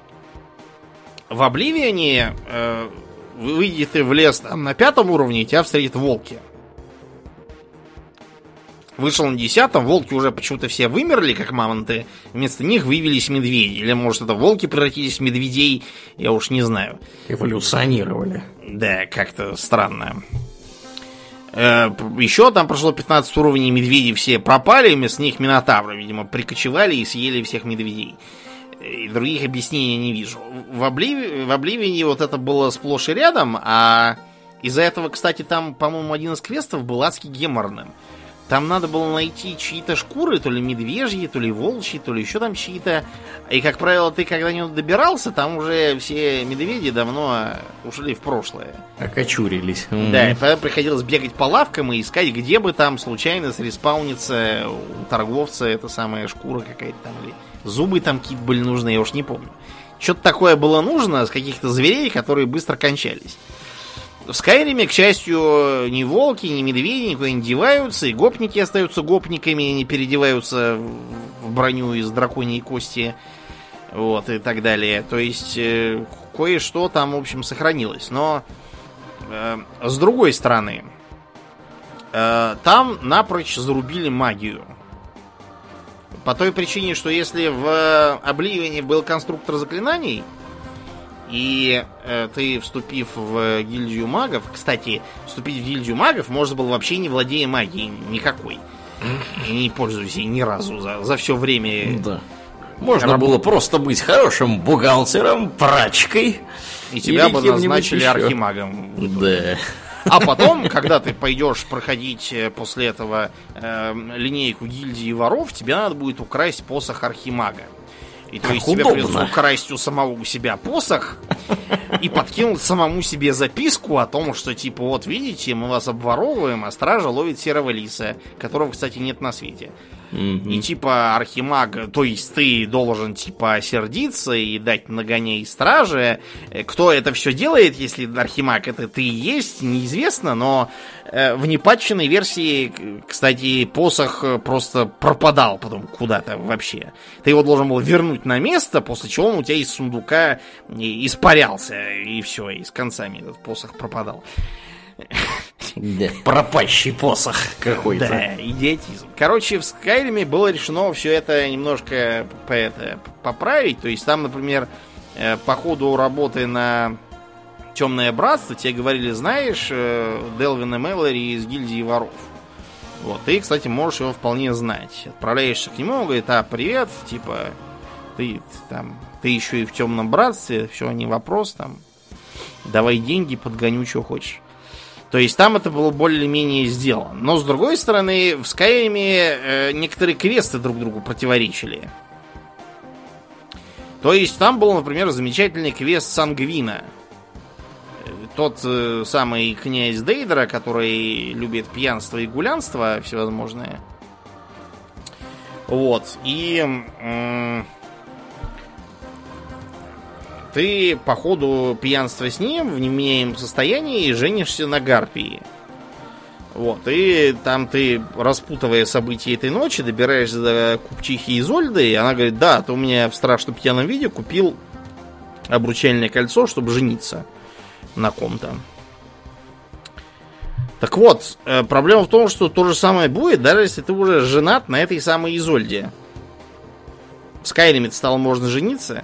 Speaker 2: в Обливионе э, выйди ты в лес там, на пятом уровне, и тебя встретят волки. Вышел на десятом, волки уже почему-то все вымерли, как мамонты. Вместо них выявились медведи. Или, может, это волки превратились в медведей, я уж не знаю.
Speaker 1: Эволюционировали.
Speaker 2: Да, как-то странно. Э, еще там прошло пятнадцать уровней, медведи все пропали, вместо них минотавры, видимо, прикочевали и съели всех медведей. И других объяснений не вижу. В, Обливи... в Обливине вот это было сплошь и рядом, а из-за этого, кстати, там, по-моему, один из квестов был адски геморным. там надо было найти чьи-то шкуры, то ли медвежьи, то ли волчьи, то ли еще там чьи-то. И, как правило, ты когда до него добирался, там уже все медведи давно ушли в прошлое.
Speaker 1: Окочурились.
Speaker 2: Да, и тогда приходилось бегать по лавкам и искать, где бы там случайно среспаунится у торговца эта самая шкура какая-то там, или зубы там какие-то были нужны, я уж не помню. Что-то такое было нужно с каких-то зверей, которые быстро кончались. В Скайриме, к счастью, ни волки, ни медведи никуда не деваются, и гопники остаются гопниками, не переодеваются в броню из драконьей кости, вот, и так далее. То есть, э, кое-что там, в общем, сохранилось. Но, э, с другой стороны, э, там напрочь зарубили магию. По той причине, что если в Обливионе был конструктор заклинаний, и э, ты, вступив в гильдию магов... Кстати, вступить в гильдию магов можно было вообще не владея магией никакой. И не пользуясь ей ни разу за, за все время...
Speaker 1: Да. Можно работы. Было просто быть хорошим бухгалтером, прачкой.
Speaker 2: И тебя бы назначили архимагом.
Speaker 1: Да.
Speaker 2: А потом, когда ты пойдешь проходить после этого э, линейку гильдии воров, тебе надо будет украсть посох архимага. И то есть тебе придется украсть у самого у себя посох и подкинуть самому себе записку о том, что типа вот видите, мы вас обворовываем, а стража ловит серого лиса, которого, кстати, нет на свете. Mm-hmm. И типа архимаг, то есть ты должен типа осердиться и дать нагоняй страже. Кто это все делает, если архимаг это ты и есть, неизвестно, но э, в непатченной версии, кстати, посох просто пропадал потом куда-то вообще. Ты его должен был вернуть на место, после чего он у тебя из сундука испарялся, и все, и с концами этот посох пропадал.
Speaker 1: Да, пропащий посох какой-то.
Speaker 2: Да, идиотизм. Короче, в Скайриме было решено все это немножко по это, поправить. То есть там, например, по ходу работы на Темное Братство тебе говорили, знаешь, Делвина Мэлори из гильдии воров. Вот, ты, кстати, можешь его вполне знать. Отправляешься к нему, он говорит, а, привет, типа, ты там, ты еще и в Темном Братстве, все, не вопрос, там, давай деньги, подгоню, что хочешь. То есть там это было более-менее сделано. Но, с другой стороны, в Скайриме э, некоторые квесты друг другу противоречили. То есть там был, например, замечательный квест Сангвина. Тот э, самый князь Дейдра, который любит пьянство и гулянство всевозможное. Вот. И... Э, ты по ходу пьянства с ним в неменяемом состоянии женишься на Гарпии. Вот, и там ты, распутывая события этой ночи, добираешься до купчихи Изольды, и она говорит, да, ты у меня в страшно пьяном виде купил обручальное кольцо, чтобы жениться на ком-то. Так вот, проблема в том, что то же самое будет, даже если ты уже женат на этой самой Изольде. В Скайриме стало можно жениться.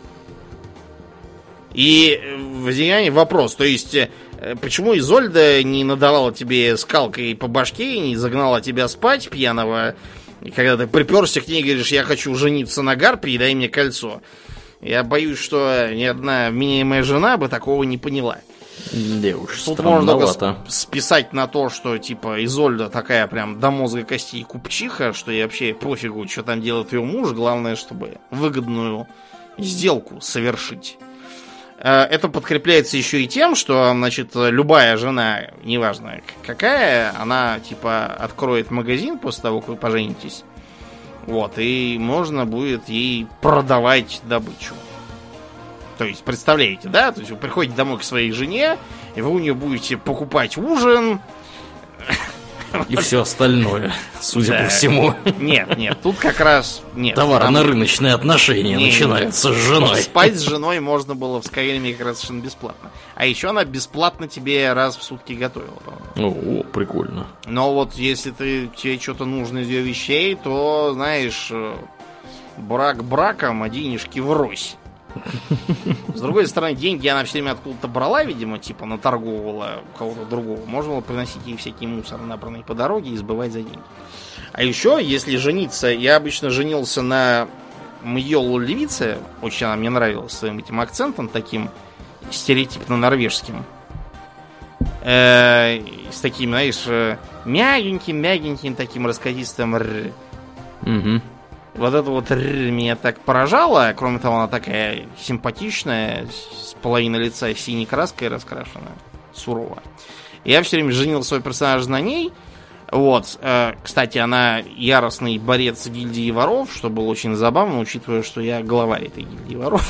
Speaker 2: И возникает вопрос, то есть, почему Изольда не надавала тебе скалкой по башке и не загнала тебя спать пьяного, когда ты приперся к ней и говоришь, я хочу жениться на Гарпии, дай мне кольцо. Я боюсь, что ни одна вменяемая жена бы такого не поняла.
Speaker 1: Да уж,
Speaker 2: тут можно только списать на то, что типа Изольда такая прям до мозга костей купчиха, что ей вообще пофигу, что там делает ее муж, главное, чтобы выгодную сделку совершить. Это подкрепляется еще и тем, что, значит, любая жена, неважно какая, она, типа, откроет магазин после того, как вы поженитесь. Вот, и можно будет ей продавать добычу. То есть, представляете, да? То есть, вы приходите домой к своей жене, и вы у нее будете покупать ужин...
Speaker 1: И все остальное, судя да. по всему.
Speaker 2: Нет, нет, тут как раз нет.
Speaker 1: Товарно-рыночные там... отношения не, начинаются нет. с женой.
Speaker 2: Спать с женой можно было в Скайриме как раз совершенно бесплатно. А еще она бесплатно тебе раз в сутки готовила, по-моему.
Speaker 1: О, прикольно.
Speaker 2: Но вот если ты, тебе что-то нужно из ее вещей, то, знаешь, брак браком, а денежки врозь. С другой стороны, деньги она все время откуда-то брала, видимо, типа наторговывала у кого-то другого. Можно было приносить ей всякий мусор, набранный по дороге, и сбывать за деньги. А еще, если жениться, я обычно женился на Мьолу Левице. Очень она мне нравилась своим этим акцентом, таким стереотипно норвежским. Э, с таким, знаешь, мягеньким-мягеньким таким раскатистым р.
Speaker 1: Угу.
Speaker 2: Вот это вот р меня так поражало. Кроме того, она такая симпатичная, с половиной лица синей краской раскрашена, сурово. Я все время женил свой персонаж на ней. Вот. Кстати, она яростный борец гильдии воров, что было очень забавно, учитывая, что я главарь этой гильдии воров.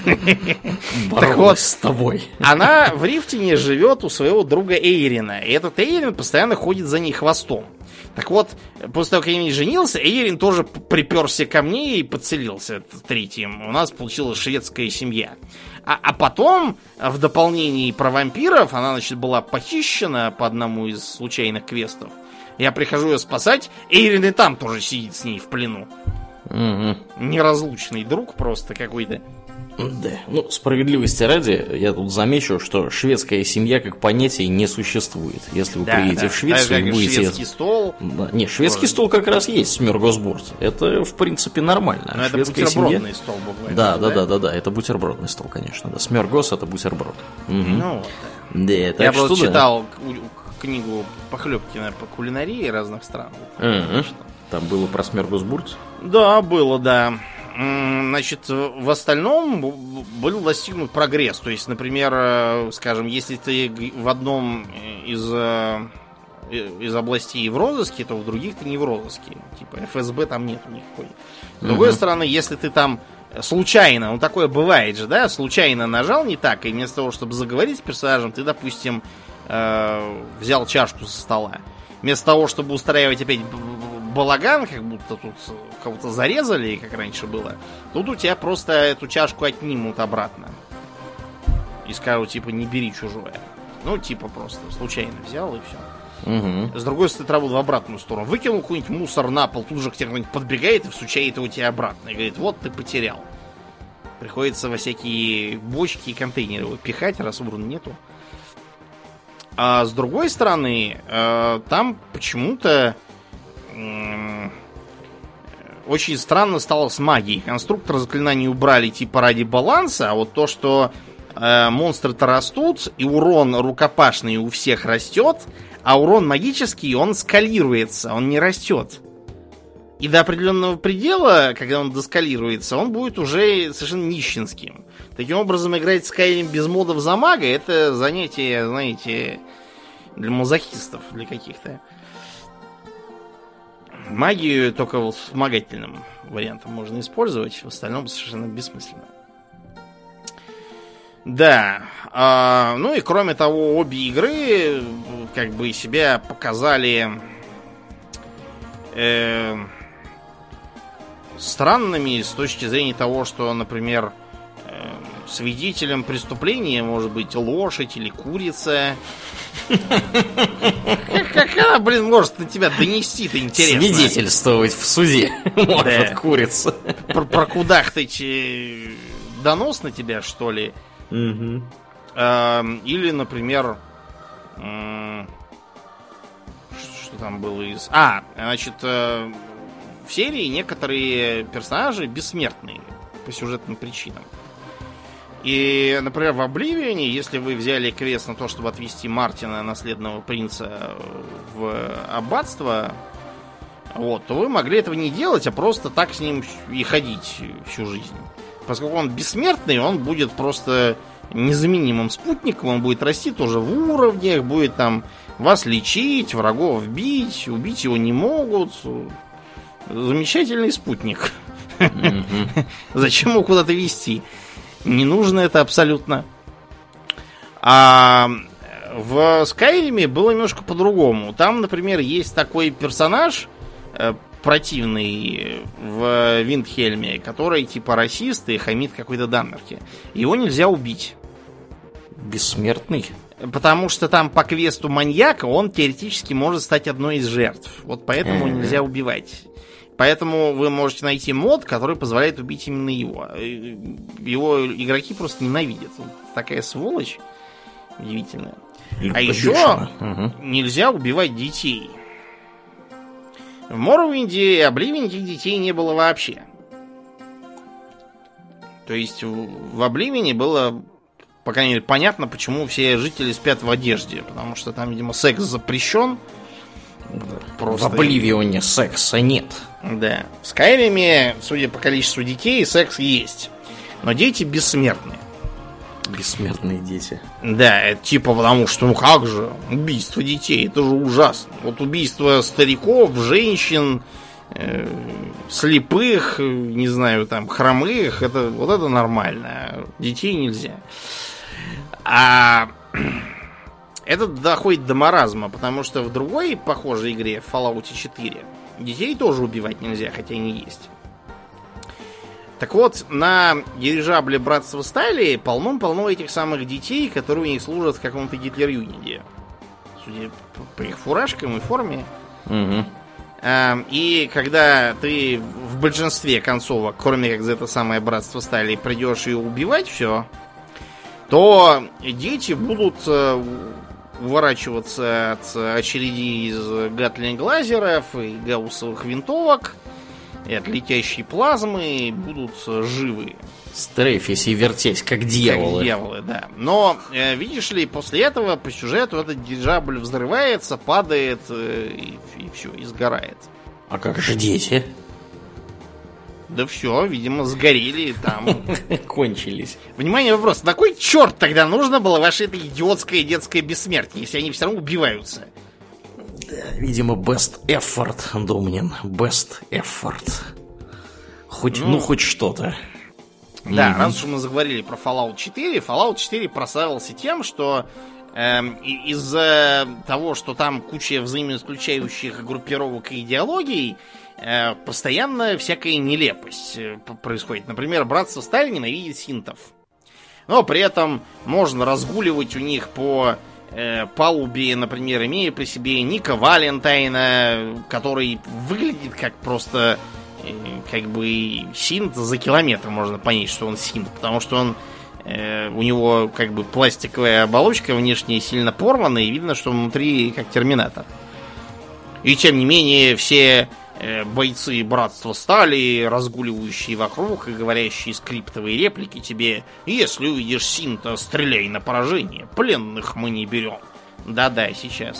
Speaker 1: Так вот, с тобой.
Speaker 2: Она в Рифтине живет у своего друга Эйрина. И этот Эйрин постоянно ходит за ней хвостом. Так вот, после того, как я не женился, Эйрин тоже приперся ко мне и подселился третьим. У нас получилась шведская семья. А, а потом, в дополнении про вампиров, она, значит, была похищена по одному из случайных квестов. Я прихожу ее спасать, Эйрин и там тоже сидит с ней в плену.
Speaker 1: Угу.
Speaker 2: Неразлучный друг просто какой-то.
Speaker 1: Да, ну, справедливости ради, я тут замечу, что шведская семья как понятие не существует. Если вы да, приедете да. в Швецию и будете...
Speaker 2: Шведский стол.
Speaker 1: Да. Не, шведский тоже. Стол как раз есть, смёргосборд. Это, в принципе, нормально.
Speaker 2: Но это бутербродный семья... стол буквально.
Speaker 1: Да, да, да, да, да, это бутербродный стол, конечно. Да. Смёргос — это бутерброд. Угу.
Speaker 2: Ну, да.
Speaker 1: Да,
Speaker 2: я просто да. читал книгу Похлебкина по кулинарии разных стран.
Speaker 1: Угу. Там было про смёргосборд?
Speaker 2: Да, было, да. Значит, в остальном был достигнут прогресс. То есть, например, скажем, если ты в одном из, из областей в розыске, то в других ты не в розыске. Типа эф эс бэ там нету никакой. С другой uh-huh. стороны, если ты там случайно, ну такое бывает же, да, случайно нажал не так, и вместо того, чтобы заговорить с персонажем, ты, допустим, взял чашку со стола. Вместо того, чтобы устраивать опять балаган, как будто тут кого-то зарезали, как раньше было, тут у тебя просто эту чашку отнимут обратно. И скажут, типа, не бери чужое. Ну, типа, просто случайно взял и все.
Speaker 1: Угу.
Speaker 2: С другой стороны, работу в обратную сторону. Выкинул какой-нибудь мусор на пол, тут же к тебе кто-нибудь подбегает и всучает его тебе обратно. И говорит, вот ты потерял. Приходится во всякие бочки и контейнеры его пихать, раз урн нету. А с другой стороны, э, там почему-то э, очень странно стало с магией. Конструктор заклинаний убрали типа ради баланса, а вот то, что э, монстры-то растут, и урон рукопашный у всех растет, а урон магический, он скалируется, он не растет. И до определенного предела, когда он доскалируется, он будет уже совершенно нищенским. Таким образом, играть в Skyrim без модов за мага — это занятие, знаете, для мазохистов, для каких-то. Магию только вот вспомогательным вариантом можно использовать, в остальном совершенно бессмысленно. Да, а, ну и кроме того, обе игры как бы себя показали э, странными с точки зрения того, что, например, э, свидетелем преступления может быть лошадь или курица. Как она, блин, может на тебя донести-то, интересно?
Speaker 1: Свидетельствовать в суде может курица.
Speaker 2: Прокудахтать донос на тебя, что ли? Или, например, что там было из... А, значит, в серии некоторые персонажи бессмертные по сюжетным причинам. И, например, в Обливионе, если вы взяли квест на то, чтобы отвести Мартина, наследного принца, в аббатство, вот, то вы могли этого не делать, а просто так с ним и ходить всю жизнь. Поскольку он бессмертный, он будет просто незаменимым спутником, он будет расти тоже в уровнях, будет там вас лечить, врагов бить, убить его не могут. Замечательный спутник. Зачем его куда-то везти? Не нужно это абсолютно. А в Скайриме было немножко по-другому. Там, например, есть такой персонаж э, противный в Виндхельме, который типа расист и хамит какой-то Данмерке. Его нельзя убить.
Speaker 1: Бессмертный?
Speaker 2: Потому что там по квесту маньяка он теоретически может стать одной из жертв. Вот поэтому mm-hmm. нельзя убивать. Поэтому вы можете найти мод, который позволяет убить именно его. Его игроки просто ненавидят. Вот такая сволочь удивительная. А еще угу. нельзя убивать детей. В Моррowind'е и Обливионе никаких детей не было вообще. То есть в Обливионе было по крайней мере, понятно, почему все жители спят в одежде. Потому что там, видимо, секс запрещен.
Speaker 1: Просто... В Обливионе секса нет.
Speaker 2: Да. В Скайриме, судя по количеству детей, секс есть. Но дети бессмертные.
Speaker 1: Бессмертные дети.
Speaker 2: Да, это типа потому что, ну как же, убийство детей, это же ужасно. Вот убийство стариков, женщин, э, слепых, не знаю, там, хромых, это, вот это нормально. Детей нельзя. А это доходит до маразма, потому что в другой похожей игре, в Fallout четыре, детей тоже убивать нельзя, хотя они есть. Так вот, на дирижабле Братства Стали полно-полно этих самых детей, которые у них служат в каком-то Гитлер-Юниде. Судя по их фуражкам и форме.
Speaker 1: Угу.
Speaker 2: А, и когда ты в большинстве концовок, кроме как за это самое Братство Стали, придешь ее убивать все, то дети будут уворачиваться от очередей из гатлинг-лазеров и гауссовых винтовок, и от летящей плазмы будут живы.
Speaker 1: Стрейфись и вертеть, как дьяволы.
Speaker 2: Как дьяволы, да. Но, э, видишь ли, после этого по сюжету этот дирижабль взрывается, падает э, и, и все, и сгорает.
Speaker 1: А как же дети?
Speaker 2: Да все, видимо, сгорели там.
Speaker 1: Кончились.
Speaker 2: Внимание, вопрос. На кой черт тогда нужно было ваше это идиотское детское бессмертие, если они все равно убиваются?
Speaker 1: Да, видимо, best effort, Домнин. Best effort. Хоть, ну, ну хоть что-то.
Speaker 2: Да, mm-hmm. раз уж мы заговорили про Fallout четыре, Fallout четыре прославился тем, что э, из-за того, что там куча взаимоисключающих группировок и идеологий, э, постоянно всякая нелепость происходит. Например, Братство Стали ненавидит синтов. Но при этом можно разгуливать у них по э, палубе, например, имея при себе Ника Валентайна, который выглядит как просто... как бы синт за километр можно понять, что он синт, потому что он э, у него как бы пластиковая оболочка внешне сильно порвана, и видно, что внутри как терминатор. И тем не менее все э, бойцы Братства Стали, разгуливающие вокруг и говорящие скриптовые реплики тебе: если увидишь синта, стреляй на поражение, пленных мы не берем. Да-да, сейчас.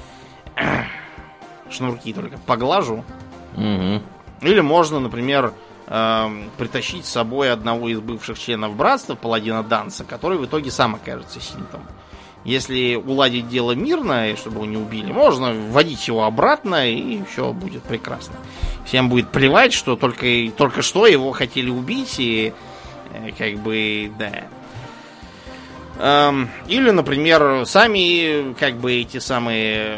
Speaker 2: Шнурки только поглажу.
Speaker 1: Угу.
Speaker 2: Или можно, например, э, притащить с собой одного из бывших членов братства, паладина Данса, который в итоге сам окажется синтом. Если уладить дело мирно, и чтобы его не убили, можно вводить его обратно, и все будет прекрасно. Всем будет плевать, что только, только что его хотели убить, и э, как бы, да. Эм, или, например, сами, как бы, эти самые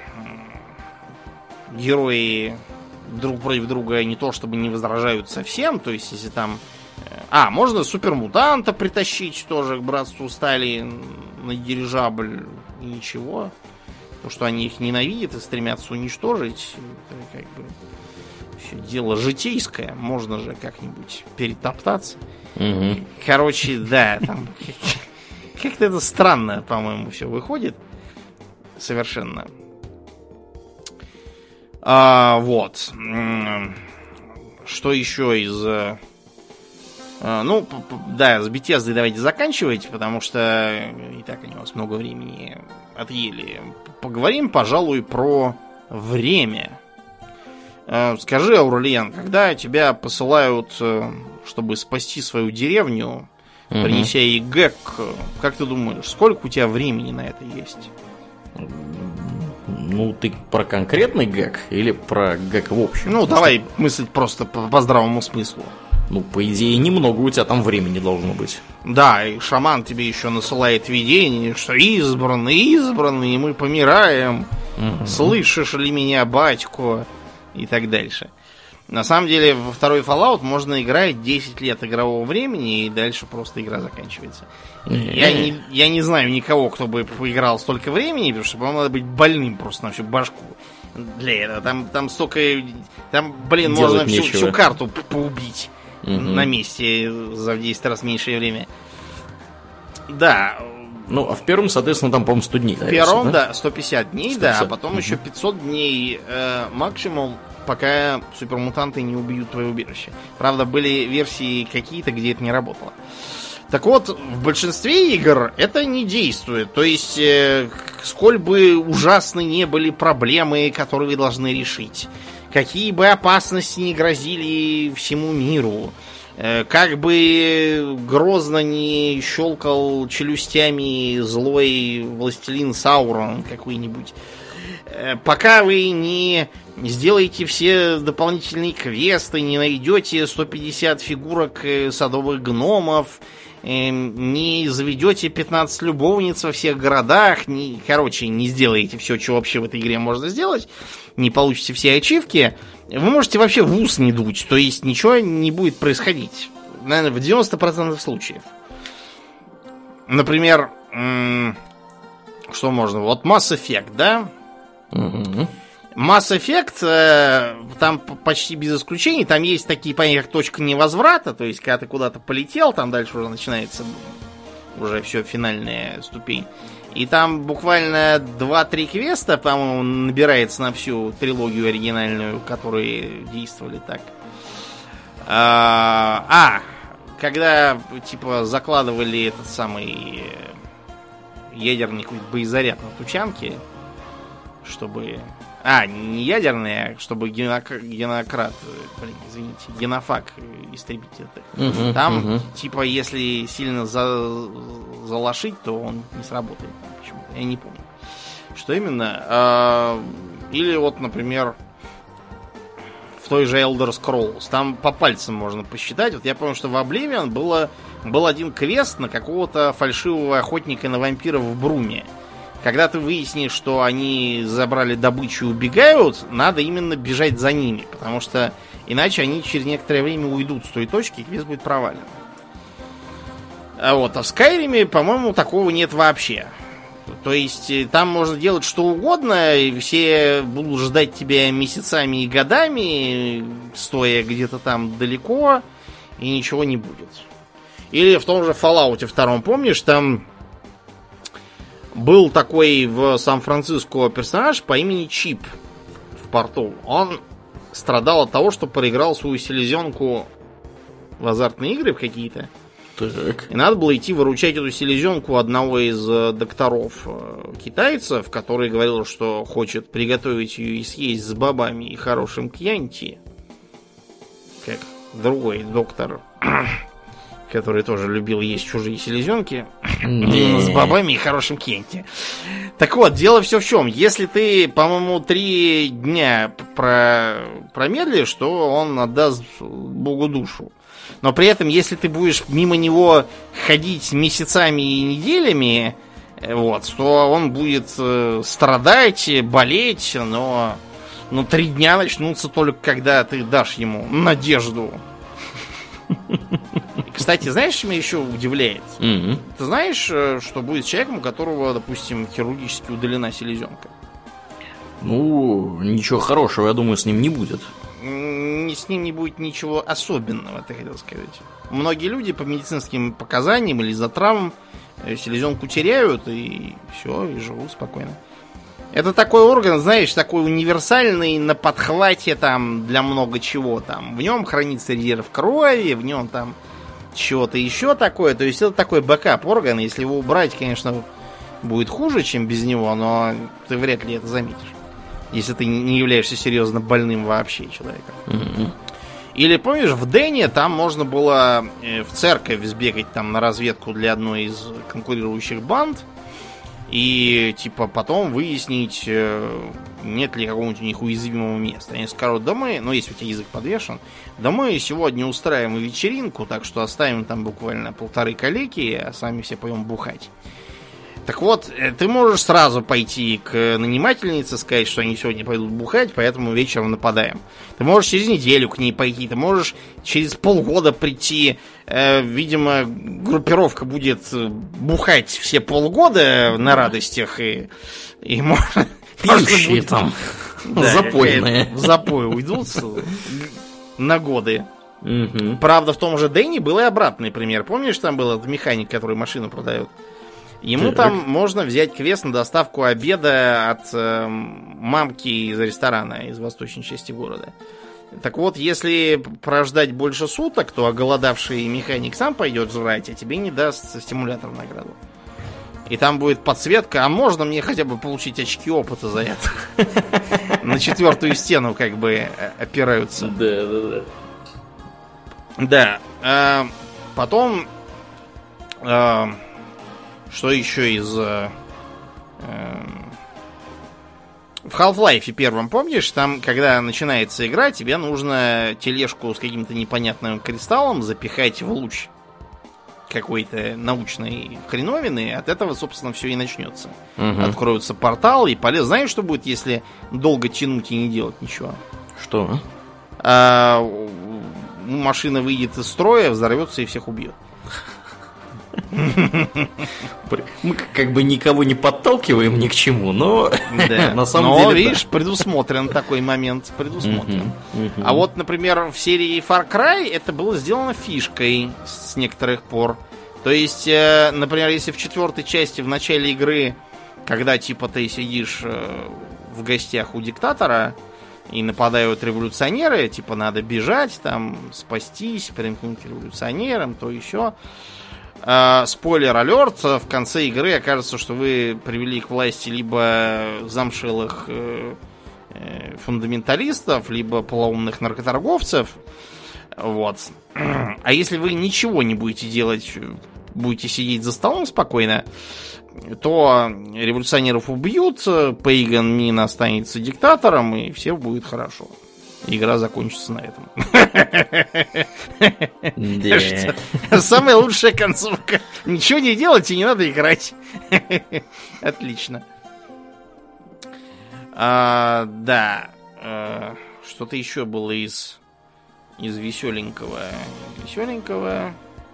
Speaker 2: герои друг против друга не то чтобы не возражают совсем, то есть если там... А, можно супермутанта притащить тоже к Братству Стали на дирижабль, и ничего. То, что они их ненавидят и стремятся уничтожить, это как бы все дело житейское, можно же как-нибудь перетоптаться.
Speaker 1: Угу.
Speaker 2: Короче, да, там как-то это странно, по-моему, все выходит. Совершенно. А, вот. Что еще из... А, ну, да, с Bethesda давайте заканчивать, потому что и так они у вас много времени отъели. Поговорим, пожалуй, про время. А, скажи, Аурельян, когда тебя посылают, чтобы спасти свою деревню, угу. принеся ей гэг, как ты думаешь, сколько у тебя времени на это есть?
Speaker 1: Ну, ты про конкретный гэг или про гэг в общем?
Speaker 2: Ну, давай мыслить просто по, по здравому смыслу.
Speaker 1: Ну, по идее, немного у тебя там времени должно быть.
Speaker 2: Да, и шаман тебе еще насылает видение, что избранный, избранный, мы помираем. Угу. Слышишь ли меня, батько? И так дальше. На самом деле, во второй Fallout можно играть десять лет игрового времени, и дальше просто игра заканчивается. Я не, я не знаю никого, кто бы поиграл столько времени, потому что, по-моему, надо быть больным просто на всю башку для этого. Там, там столько... Там, блин, делать можно всю, всю карту поубить угу. на месте за в десять раз меньшее время. Да.
Speaker 1: Ну, а в первом, соответственно, там, по-моему, сто дней.
Speaker 2: В первом, да? да, сто пятьдесят дней,
Speaker 1: сто пятьдесят.
Speaker 2: Да, а потом угу. еще пятьсот дней э, максимум, пока супермутанты не убьют твое убежище. Правда, были версии какие-то, где это не работало. Так вот, в большинстве игр это не действует. То есть, э, сколь бы ужасны не были проблемы, которые вы должны решить, какие бы опасности не грозили всему миру, э, как бы грозно не щелкал челюстями злой властелин Саурон какой-нибудь, э, пока вы не сделаете все дополнительные квесты, не найдете сто пятьдесят фигурок садовых гномов, не заведете пятнадцать любовниц во всех городах, не, короче, не сделаете все, что вообще в этой игре можно сделать, не получите все ачивки, вы можете вообще в ус не дуть, то есть ничего не будет происходить. Наверное, в девяносто процентов случаев. Например, что можно? Вот Mass Effect, да?
Speaker 1: Угу.
Speaker 2: Mass Effect, э, там почти без исключений, там есть такие понятия, как точка невозврата, то есть, когда ты куда-то полетел, там дальше уже начинается уже все, финальная ступень. И там буквально два-три квеста, по-моему, набирается на всю трилогию оригинальную, которые действовали так. А, а когда, типа, закладывали этот самый ядерный какой-то боезаряд на тучанке, чтобы... А, не ядерные, а чтобы генок... генократ, блин, извините, генофаг истребитель.
Speaker 1: Угу,
Speaker 2: Там,
Speaker 1: угу.
Speaker 2: типа, если сильно за... залошить, то он не сработает. Почему-то. Я не помню. Что именно? А... Или вот, например, в той же Elder Scrolls. Там по пальцам можно посчитать. Вот я помню, что в Oblivion было... был один квест на какого-то фальшивого охотника на вампиров в Бруме. Когда ты выяснишь, что они забрали добычу и убегают, надо именно бежать за ними, потому что иначе они через некоторое время уйдут с той точки, и квест будет провален. А вот, а в Скайриме, по-моему, такого нет вообще. То есть там можно делать что угодно, и все будут ждать тебя месяцами и годами, стоя где-то там далеко, и ничего не будет. Или в том же Fallout втором, помнишь, там... Был такой в Сан-Франциско персонаж по имени Чип в порту. Он страдал от того, что проиграл свою селезенку в азартные игры какие-то.
Speaker 1: Так.
Speaker 2: И надо было идти выручать эту селезенку одного из докторов китайцев, который говорил, что хочет приготовить ее и съесть с бобами и хорошим кьянти. Как другой доктор, который тоже любил есть чужие селезенки с бобами и хорошим кьянти. Так вот, дело все в чем. Если ты, по-моему, три дня про... промедлишь, то он отдаст Богу душу. Но при этом, если ты будешь мимо него ходить месяцами и неделями, вот, то он будет э, страдать, болеть, но, но три дня начнутся только когда ты дашь ему надежду. Кстати, знаешь, что меня еще удивляет?
Speaker 1: Mm-hmm.
Speaker 2: Ты знаешь, что будет с человеком, у которого, допустим, хирургически удалена селезенка?
Speaker 1: Ну, ничего хорошего, я думаю, с ним не будет.
Speaker 2: С ним не будет ничего особенного, ты хотел сказать. Многие люди по медицинским показаниям или из-за травм селезенку теряют, и все, и живут спокойно. Это такой орган, знаешь, такой универсальный, на подхвате там для много чего там. В нем хранится резерв крови, в нем там чего-то еще такое. То есть это такой бэкап орган. Если его убрать, конечно, будет хуже, чем без него, но ты вряд ли это заметишь. Если ты не являешься серьезно больным вообще человеком.
Speaker 1: Mm-hmm.
Speaker 2: Или, помнишь, в Дэне там можно было в церковь сбегать там на разведку для одной из конкурирующих банд. И, типа, потом выяснить, нет ли какого-нибудь у них уязвимого места. Они скажут, да мы, ну, если у тебя язык подвешен, да мы сегодня устраиваем вечеринку, так что оставим там буквально полторы калеки, а сами все пойдем бухать. Так вот, ты можешь сразу пойти к нанимательнице, сказать, что они сегодня пойдут бухать, поэтому вечером нападаем. Ты можешь через неделю к ней пойти, ты можешь через полгода прийти. Э, видимо, группировка будет бухать все полгода на радостях, и, и можно...
Speaker 1: Пьющие там,
Speaker 2: да,
Speaker 1: запойные.
Speaker 2: В запой уйдут на годы.
Speaker 1: Угу.
Speaker 2: Правда, в том же Дэне был и обратный пример. Помнишь, там был этот механик, который машину продает? Ему так. Там можно взять квест на доставку обеда от э, мамки из ресторана из восточной части города. Так вот, если прождать больше суток, то оголодавший механик сам пойдет жрать, а тебе не даст стимулятор в награду. И там будет подсветка, а можно мне хотя бы получить очки опыта за это? На четвертую стену как бы опираются.
Speaker 1: Да, да,
Speaker 2: да. Да. Потом... Что еще из... Э, э, в Half-Life первом, помнишь, там, когда начинается игра, тебе нужно тележку с каким-то непонятным кристаллом запихать в луч какой-то научной хреновины, от этого, собственно, все и начнется. Угу. Откроется портал, и полез. Знаешь, что будет, если долго тянуть и не делать ничего?
Speaker 1: Что?
Speaker 2: А, машина выйдет из строя, взорвется и всех убьет.
Speaker 1: Мы как бы никого не подталкиваем ни к чему, но
Speaker 2: да. на самом но, деле... видишь, да. предусмотрен такой момент, предусмотрен. Uh-huh, uh-huh. А вот, например, в серии Far Cry это было сделано фишкой с некоторых пор. То есть, э, например, если в четвертой части в начале игры, когда типа ты сидишь э, в гостях у диктатора и нападают революционеры, типа надо бежать, там, спастись, примкнуть к революционерам, то еще... Uh, спойлер-алерт, в конце игры окажется, что вы привели к власти либо замшелых э, э, фундаменталистов, либо полоумных наркоторговцев. Вот. А если вы ничего не будете делать, будете сидеть за столом спокойно, то революционеров убьют, Пейган Мин останется диктатором, и все будет хорошо. Игра закончится на этом.
Speaker 1: Yeah.
Speaker 2: Самая лучшая концовка. Ничего не делать и не надо играть. Отлично. А, да. А, что-то еще было из из веселенького. Веселенького.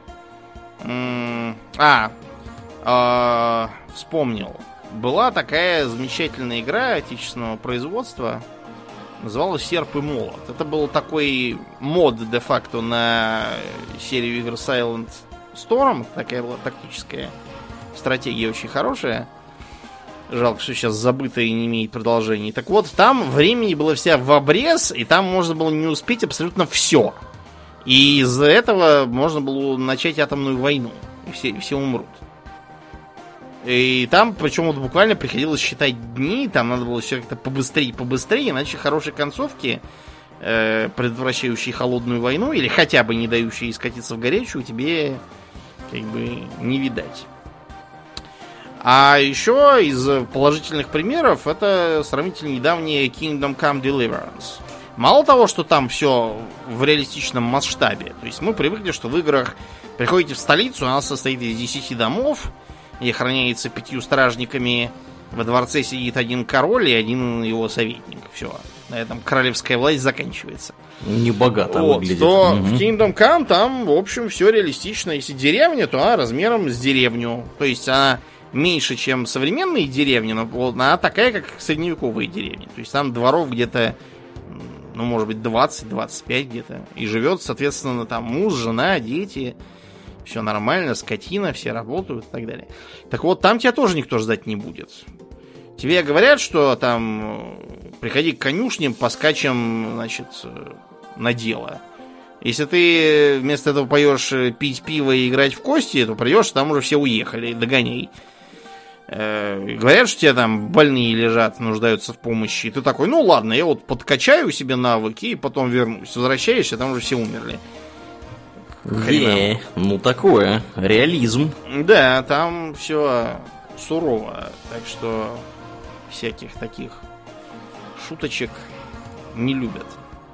Speaker 2: М- а, а, вспомнил. Была такая замечательная игра отечественного производства. Называлась «Серп и молот». Это был такой мод де-факто на серию игр Silent Storm. Такая была тактическая стратегия, очень хорошая. Жалко, что сейчас забытая и не имеет продолжений. Так вот, там времени было вся в обрез, и там можно было не успеть абсолютно все. И из-за этого можно было начать атомную войну. И все, и все умрут. И там, причем вот буквально приходилось считать дни, там надо было все как-то побыстрее, побыстрее, иначе хорошей концовки, э, предотвращающей холодную войну, или хотя бы не дающей скатиться в горячую, тебе как бы не видать. А еще из положительных примеров это сравнительно недавнее Kingdom Come Deliverance. Мало того, что там все в реалистичном масштабе, то есть мы привыкли, что в играх приходите в столицу, она состоит из десяти домов, и охраняется пятью стражниками. Во дворце сидит один король и один его советник. Все. На этом королевская власть заканчивается.
Speaker 1: Небогато
Speaker 2: вот,
Speaker 1: выглядит.
Speaker 2: То
Speaker 1: угу.
Speaker 2: в Kingdom Come там, в общем, все реалистично. Если деревня, то она размером с деревню. То есть она меньше, чем современные деревни, но она такая, как средневековые деревни. То есть там дворов где-то, ну, может быть, двадцать-двадцать пять где-то. И живет, соответственно, там муж, жена, дети... Все нормально, скотина, все работают и так далее. Так вот, там тебя тоже никто ждать не будет. Тебе говорят, что там приходи к конюшням, поскачем, значит, на дело. Если ты вместо этого поешь пить пиво и играть в кости, то придешь, там уже все уехали, догоняй. Э, говорят, что тебе там больные лежат, нуждаются в помощи. И ты такой, ну ладно, я вот подкачаю себе навыки и потом вернусь. Возвращаешься, там уже все умерли.
Speaker 1: Е, ну такое, реализм.
Speaker 2: Да, там все сурово, так что всяких таких шуточек не любят.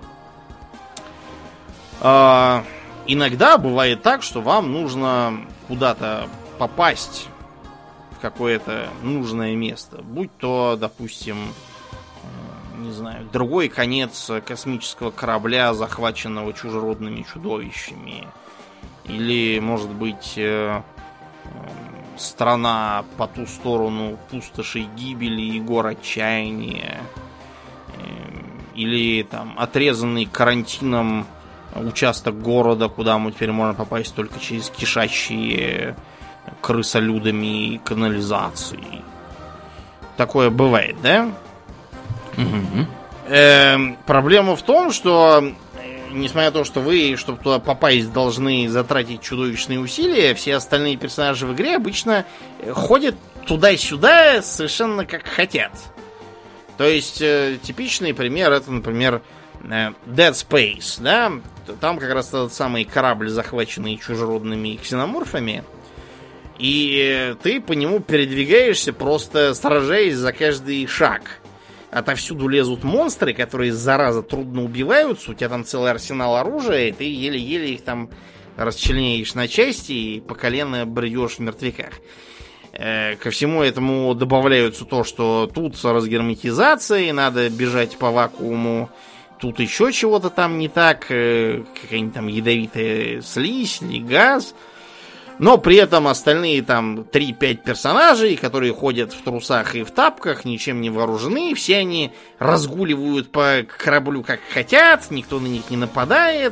Speaker 2: А, иногда бывает так, что вам нужно куда-то попасть в какое-то нужное место, будь то, допустим, не знаю, другой конец космического корабля, захваченного чужеродными чудовищами. Или, может быть, э, э, страна по ту сторону пустоши гибели и гор отчаяния. Э, или там отрезанный карантином участок города, куда мы теперь можем попасть только через кишащие крысолюдами канализации. Такое бывает, да?
Speaker 1: Угу.
Speaker 2: Э, проблема в том, что несмотря на то, что вы, чтобы туда попасть, должны затратить чудовищные усилия, все остальные персонажи в игре обычно ходят туда-сюда совершенно как хотят. То есть, э, типичный пример это, например, э, Dead Space, да? Там как раз тот самый корабль, захваченный чужеродными ксеноморфами, и ты по нему передвигаешься, просто сражаясь за каждый шаг. Отовсюду лезут монстры, которые, зараза, трудно убиваются. У тебя там целый арсенал оружия, и ты еле-еле их там расчленяешь на части и по колено бредешь в мертвяках. Ко всему этому добавляются то, что тут разгерметизация, надо бежать по вакууму, тут еще чего-то там не так, какая-нибудь там ядовитая слизь или газ. Но при этом остальные там три-пять персонажей, которые ходят в трусах и в тапках, ничем не вооружены, все они разгуливают по кораблю как хотят, никто на них не нападает.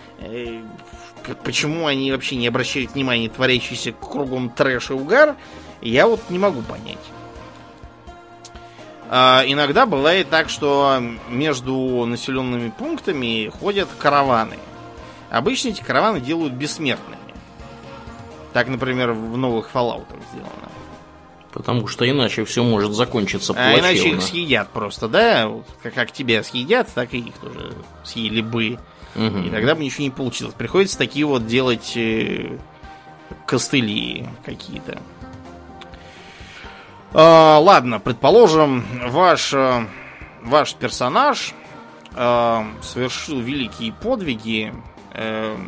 Speaker 2: Почему они вообще не обращают внимания на творящийся кругом трэш и угар, я вот не могу понять. А, иногда бывает так, что между населенными пунктами ходят караваны. Обычно эти караваны делают бессмертными. Так, например, в новых Fallout сделано.
Speaker 1: Потому что иначе все может закончиться плачевно.
Speaker 2: А иначе их съедят просто, да? Вот, как, как тебя съедят, так и их тоже съели бы. Угу. И тогда бы ничего не получилось. Приходится такие вот делать э, костыли какие-то. А, ладно, предположим, ваш, э, ваш персонаж э, совершил великие подвиги, э,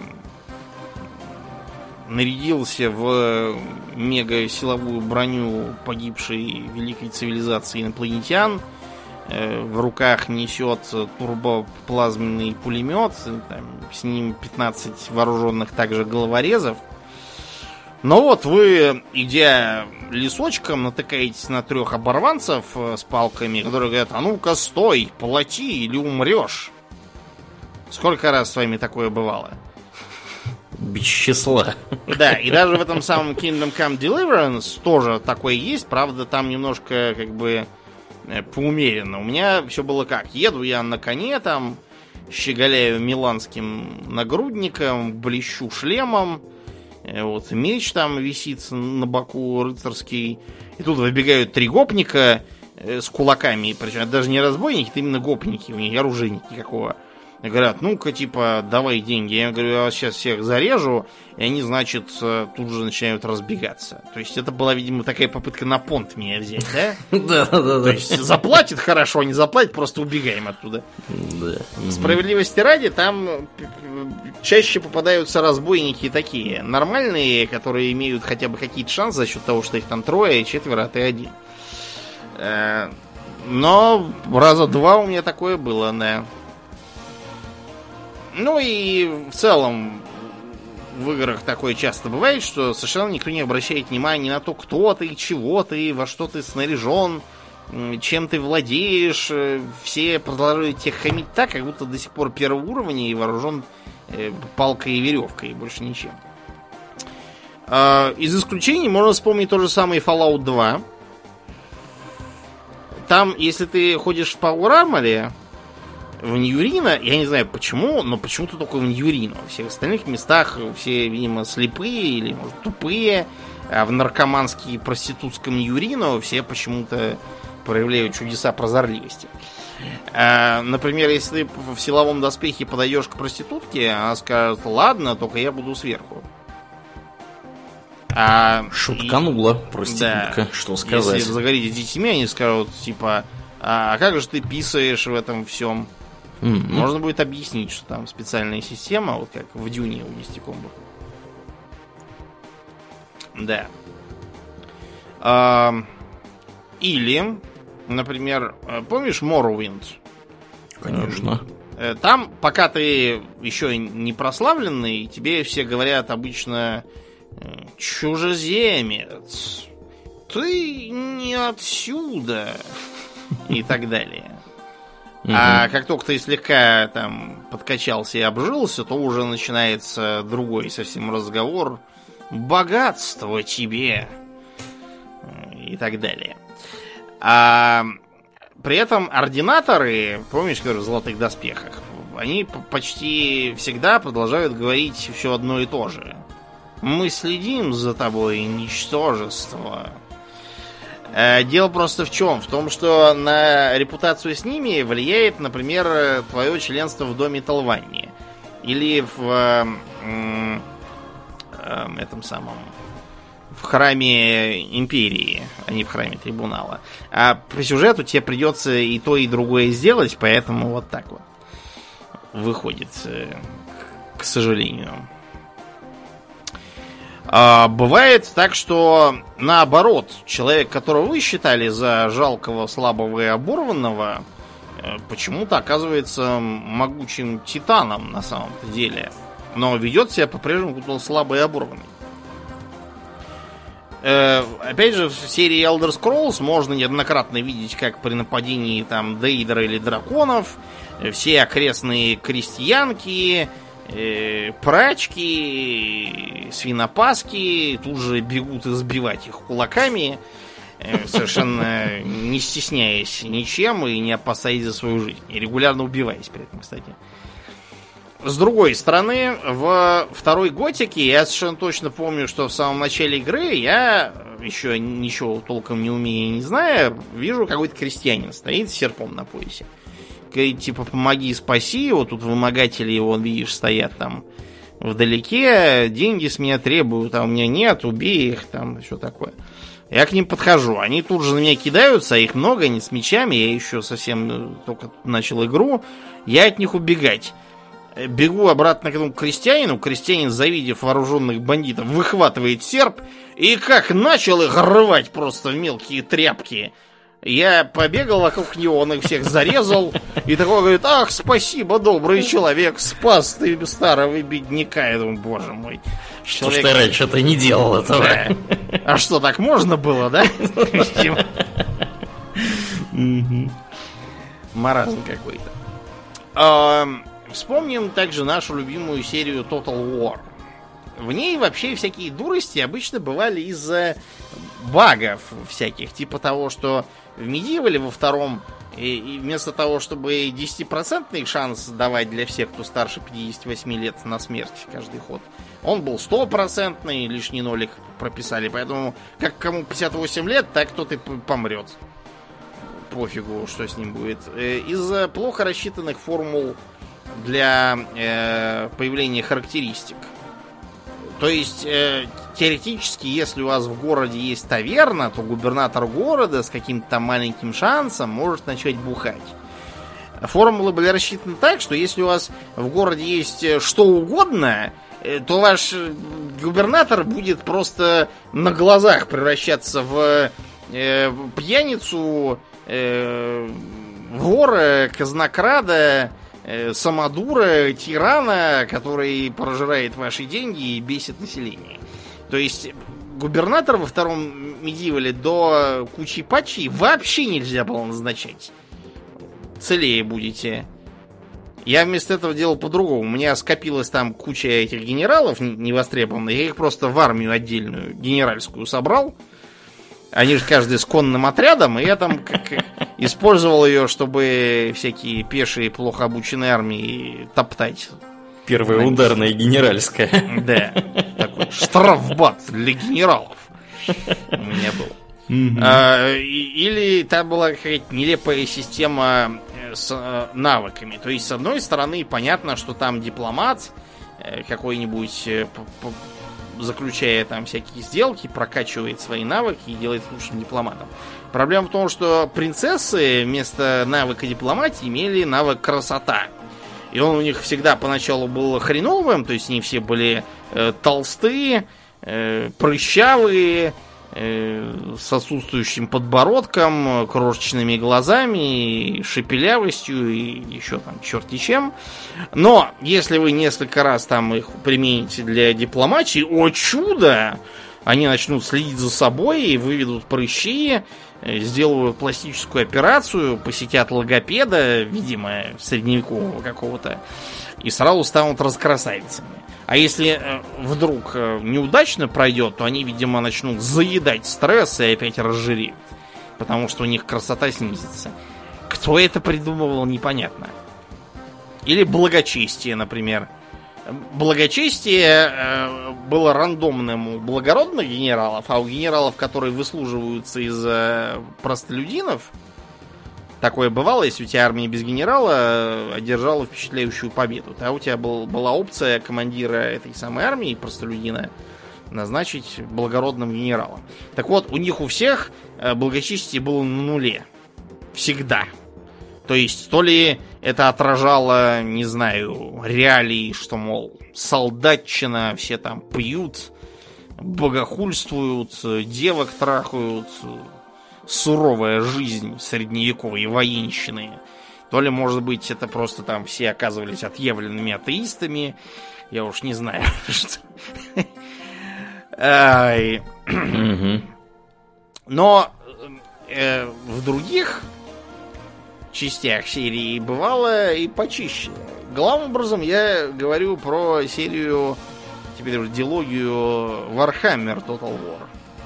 Speaker 2: нарядился в мега-силовую броню погибшей великой цивилизации инопланетян, в руках несет турбоплазменный пулемет, там, с ним пятнадцать вооруженных также головорезов. Но вот вы, идя лесочком, натыкаетесь на трех оборванцев с палками, которые говорят: а ну-ка стой, плати или умрешь. Сколько раз с вами такое бывало?
Speaker 1: Без числа.
Speaker 2: Да, и даже в этом самом Kingdom Come Deliverance тоже такое есть, правда, там немножко как бы поумеренно. У меня все было как: еду я на коне, там щеголяю миланским нагрудником, блещу шлемом, вот меч там висит на боку рыцарский, и тут выбегают три гопника с кулаками, причем это даже не разбойники, это именно гопники, у них оружия нет никакого. И говорят: ну-ка, типа, давай деньги. Я говорю: я вас сейчас всех зарежу. И они, значит, тут же начинают разбегаться. То есть это была, видимо, такая попытка на понт меня взять, да?
Speaker 1: Да, да, да.
Speaker 2: То есть заплатит хорошо, не заплатит, просто убегаем оттуда.
Speaker 1: Да.
Speaker 2: Справедливости ради, там чаще попадаются разбойники такие нормальные, которые имеют хотя бы какие-то шансы за счет того, что их там трое, четверо, а ты один. Но раза два у меня такое было, да. Ну и в целом в играх такое часто бывает, что совершенно никто не обращает внимания на то, кто ты, чего ты, во что ты снаряжен, чем ты владеешь. Все продолжают тебе хамить так, как будто до сих пор первого уровня и вооружен палкой и веревкой, и больше ничем. Из исключений можно вспомнить тот же самый Fallout два. Там, если ты ходишь в Power Armor, в Ньюрино, я не знаю почему, но почему-то только в Ньюрино. Во всех остальных местах все, видимо, слепые или, может, тупые. А в наркомански проститутском Ньюрино все почему-то проявляют чудеса прозорливости. А, например, если ты в силовом доспехе подойдешь к проститутке, она скажет: ладно, только я буду сверху. А,
Speaker 1: Шутканула и... проститутка, да. Что сказать.
Speaker 2: Если заговорить с детьми, они скажут, типа: а как же ты писаешь в этом всем? Mm-hmm. Можно будет объяснить, что там специальная система, вот как в Дюне у Десятикомбов. Да. А, или, например, помнишь Morrowind?
Speaker 1: Конечно.
Speaker 2: Там, пока ты еще не прославленный, тебе все говорят обычно: чужеземец, ты не отсюда, и так далее. Uh-huh. А как только ты слегка там подкачался и обжился, то уже начинается другой совсем разговор. богатство тебе и так далее. А при этом ординаторы, помнишь, говорю, в золотых доспехах, они почти всегда продолжают говорить все одно и то же. Мы следим за тобой, ничтожество. Дело просто в чем? В том, что на репутацию с ними влияет, например, твое членство в доме Талванни. Или в э, э, этом самом в храме Империи, а не в храме Трибунала. А по сюжету тебе придется и то, и другое сделать, поэтому вот так вот выходит, к сожалению. А бывает так, что наоборот, человек, которого вы считали за жалкого, слабого и оборванного, почему-то оказывается могучим титаном на самом-то деле. Но ведет себя по-прежнему, как он слабый и оборванный. Э, опять же, в серии Elder Scrolls можно неоднократно видеть, как при нападении там дейдера или драконов все окрестные крестьянки, э, прачки, свинопаски тут же бегут избивать их кулаками, э, совершенно не стесняясь ничем и не опасаясь за свою жизнь. И регулярно убиваясь при этом, кстати. С другой стороны, в второй Готике я совершенно точно помню, что в самом начале игры я, еще ничего толком не умея и не зная, вижу, какой-то крестьянин стоит с серпом на поясе. Говорит, типа, помоги, спаси, вот тут вымогатели его, видишь, стоят там вдалеке, деньги с меня требуют, а у меня нет, убей их, там, все такое. Я к ним подхожу, они тут же на меня кидаются, а их много, они с мечами, я еще совсем только начал игру, я от них убегать. Бегу обратно к этому крестьянину. Крестьянин, завидев вооруженных бандитов, выхватывает серп и как начал их рвать просто в мелкие тряпки. Я побегал вокруг него, он их всех зарезал. И такой говорит: ах, спасибо, добрый человек, спас ты старого бедняка. Я думаю, боже мой.
Speaker 1: Человек... Что ж ты раньше-то не делал этого? Да.
Speaker 2: А что, так можно было, да? Маразм какой-то. Вспомним также нашу любимую серию Total War. В ней вообще всякие дурости обычно бывали из-за багов всяких. Типа того, что в Медивале во втором, и, и вместо того, чтобы десятипроцентный шанс давать для всех, кто старше пятидесяти восьми лет на смерть каждый ход, он был стопроцентный, лишний нолик прописали. Поэтому как кому пятьдесят восемь лет, так тот и помрет. Пофигу, что с ним будет. Из-за плохо рассчитанных формул для э, появления характеристик. То есть, э, теоретически, если у вас в городе есть таверна, то губернатор города с каким-то там маленьким шансом может начать бухать. Формулы были рассчитаны так, что если у вас в городе есть что угодно, э, то ваш губернатор будет просто на глазах превращаться в э, пьяницу, э, вора, казнокрада, самодура, тирана, который прожирает ваши деньги и бесит население. То есть губернатора во втором Медивале до кучи патчей вообще нельзя было назначать. Целее будете. Я вместо этого делал по-другому. У меня скопилась там куча этих генералов невостребованных. Я их просто в армию отдельную, генеральскую, собрал. Они же каждый с конным отрядом, и я там как, использовал ее, чтобы всякие пешие, плохо обученные армии топтать.
Speaker 1: Первая ударная генеральская.
Speaker 2: Да, такой штрафбат для генералов у меня был. Mm-hmm. А, или там была какая-то нелепая система с а, навыками. То есть, с одной стороны, понятно, что там дипломат какой-нибудь, заключая там всякие сделки, прокачивает свои навыки и делает лучшим дипломатом. Проблема в том, что принцессы вместо навыка дипломатии имели навык красота. И он у них всегда поначалу был хреновым, то есть они все были э, толстые, э, прыщавые, э, с отсутствующим подбородком, крошечными глазами, шепелявостью и еще там черти чем. Но если вы несколько раз там их примените для дипломатии, о чудо! они начнут следить за собой и выведут прыщи, сделают пластическую операцию, посетят логопеда, видимо, средневекового какого-то, и сразу станут раскрасавицами. А если вдруг неудачно пройдет, то они, видимо, начнут заедать стресс и опять разжиреют. Потому что у них красота снизится. Кто это придумывал, непонятно. Или благочестие, например. Благочестие э, было рандомным у благородных генералов, а у генералов, которые выслуживаются из э, простолюдинов, такое бывало, если у тебя армия без генерала одержала впечатляющую победу. А у тебя был, была опция командира этой самой армии, простолюдина, назначить благородным генералом. Так вот, у них у всех благочестие было на нуле. Всегда. То есть, то ли это отражало, не знаю, реалии, что, мол, солдатчина, все там пьют, богохульствуют, девок трахают, суровая жизнь средневековой военщины. То ли, может быть, это просто там все оказывались отъявленными атеистами. Я уж не знаю. Но э, в других частях серии бывало и почище. Главным образом я говорю про серию, теперь уже дилогию Warhammer Total War.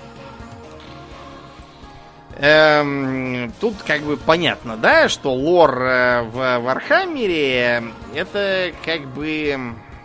Speaker 2: Эм, тут как бы понятно, да, что лор э, в Вархаммере это как бы,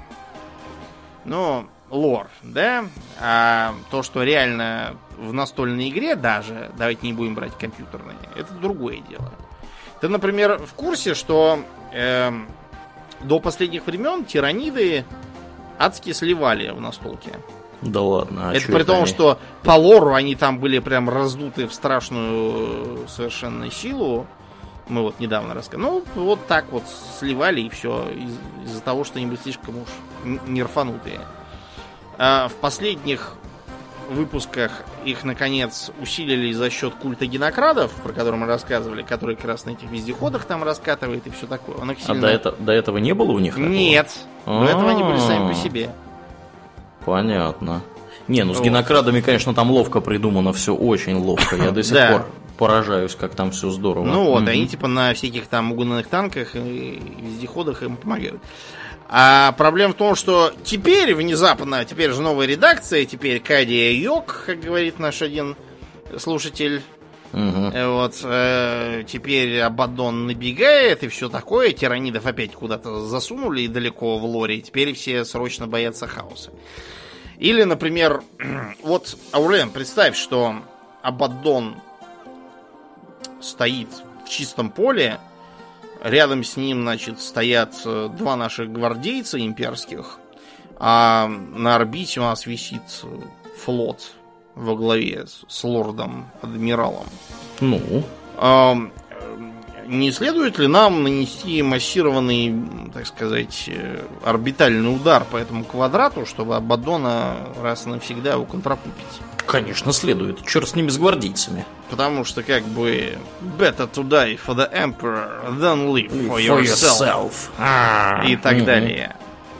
Speaker 2: ну, лор, да, а то, что реально в настольной игре даже, давайте не будем брать компьютерные, это другое дело. Ты, например, в курсе, что э, до последних времен тираниды адски сливали в настолке?
Speaker 1: Да ладно. А
Speaker 2: это при том, они? Что по лору они там были прям раздуты в страшную совершенно силу. Мы вот недавно рассказали. Ну, вот так вот сливали и все. Из- из-за того, что они были слишком уж нерфанутые. А в последних выпусках их, наконец, усилили за счет культа генокрадов, про который мы рассказывали, который как раз на этих вездеходах там раскатывает и все такое. Он их сильно...
Speaker 1: А до, это, до этого не было у них такого?
Speaker 2: Нет. До этого они были сами по себе.
Speaker 1: Понятно. Не, ну с генокрадами, конечно, там ловко придумано, все очень ловко. Я до сих пор поражаюсь, как там все здорово.
Speaker 2: Ну вот, они типа на всяких там угнанных танках и вездеходах им помогают. А проблема в том, что теперь внезапно, теперь же новая редакция, теперь Кадия Йок, как говорит наш один слушатель.
Speaker 1: Угу.
Speaker 2: Вот, э, теперь Абаддон набегает и все такое. Тиранидов опять куда-то засунули далеко в лоре. Теперь все срочно боятся хаоса. Или, например, вот, Аурлен, представь, что Абаддон стоит в чистом поле. Рядом с ним, значит, стоят два наших гвардейца имперских. А на орбите у нас висит флот во главе с лордом-адмиралом.
Speaker 1: Ну?
Speaker 2: А, не следует ли нам нанести массированный, так сказать, орбитальный удар по этому квадрату, чтобы Абаддона раз и навсегда его контрапупить?
Speaker 1: Конечно, следует. Черт с ними, с гвардейцами.
Speaker 2: Потому что, как бы, better to die for the emperor than live for,
Speaker 1: for
Speaker 2: yourself.
Speaker 1: yourself.
Speaker 2: И так
Speaker 1: mm-hmm.
Speaker 2: далее.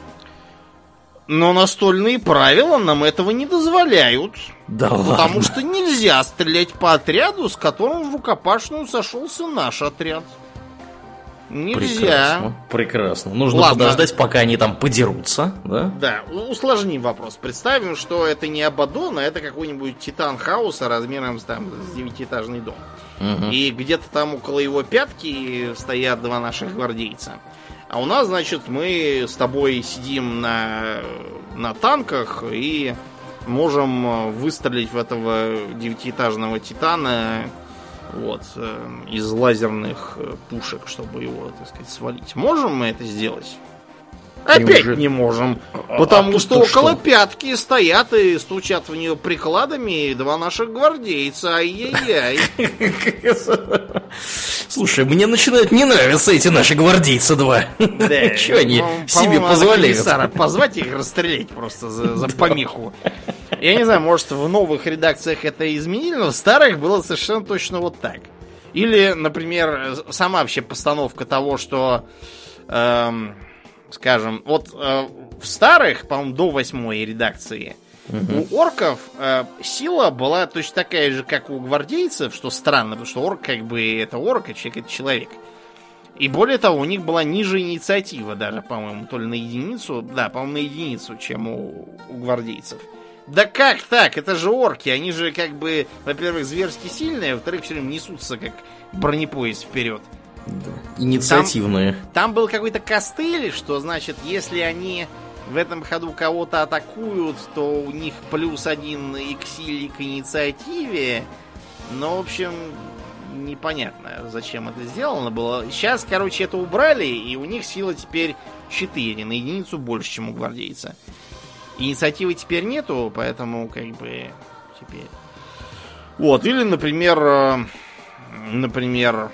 Speaker 2: Но настольные правила нам этого не дозволяют.
Speaker 1: Да
Speaker 2: потому
Speaker 1: ладно.
Speaker 2: что нельзя стрелять по отряду, с которым в рукопашную сошелся наш отряд. Нельзя.
Speaker 1: Прекрасно. Прекрасно. Нужно
Speaker 2: Ладно.
Speaker 1: подождать, пока они там подерутся, да?
Speaker 2: Да, усложним вопрос. Представим, что это не Абаддон, а это какой-нибудь титан хаоса размером с, там, с девятиэтажный дом.
Speaker 1: Угу.
Speaker 2: И где-то там около его пятки стоят два наших гвардейца. А у нас, значит, мы с тобой сидим на, на танках и можем выстрелить в этого девятиэтажного титана вот, из лазерных пушек, чтобы его, так сказать, свалить. Можем мы это сделать? Опять уже... не можем. Потому а, что около что? пятки стоят и стучат в нее прикладами два наших гвардейца. Ай-яй-яй.
Speaker 1: Слушай, мне начинают не нравиться эти наши гвардейцы два.
Speaker 2: Да.
Speaker 1: Что они себе позволяют?
Speaker 2: Позвать их расстрелять просто за, за помеху. Я не знаю, может в новых редакциях это изменили, но в старых было совершенно точно вот так. Или, например, сама вообще постановка того, что, эм, скажем, вот э, в старых, по-моему, до восьмой редакции Угу. У орков э, сила была точно такая же, как у гвардейцев, что странно, потому что орк как бы это орк, а человек это человек. И более того, у них была ниже инициатива даже, по-моему, то ли на единицу, да, по-моему, на единицу, чем у, у гвардейцев. Да как так? Это же орки, они же как бы, во-первых, зверски сильные, а во-вторых, все время несутся как бронепоезд вперед.
Speaker 1: Да. Инициативные.
Speaker 2: Там, там был какой-то костыль, что значит, если они в этом ходу кого-то атакуют, то у них плюс один и к силе, и к инициативе. Но, в общем, непонятно, зачем это сделано было. Сейчас, короче, это убрали, и у них сила теперь четыре, на единицу больше, чем у гвардейца. Инициативы теперь нету, поэтому как бы теперь... Вот, или, например, например,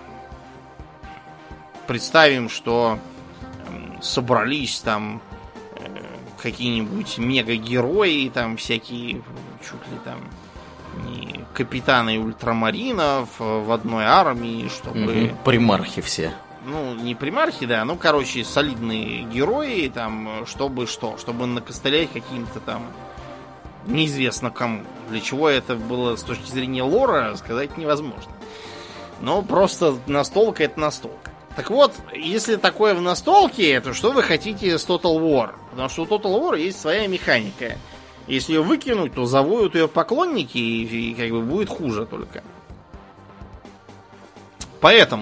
Speaker 2: представим, что собрались там какие-нибудь мега-герои, там всякие, чуть ли там не капитаны ультрамаринов в одной армии, чтобы...
Speaker 1: Угу, примархи все.
Speaker 2: Ну, не примархи, да, ну, короче, солидные герои, там, чтобы что? Чтобы накостылять каким-то там неизвестно кому. Для чего это было с точки зрения лора, сказать невозможно. Но просто настолка — это настолка. Так вот, если такое в настолке, то что вы хотите с Total War? Потому что у Total War есть своя механика. Если ее выкинуть, то завоют ее поклонники, и, и как бы будет хуже только. Поэтому,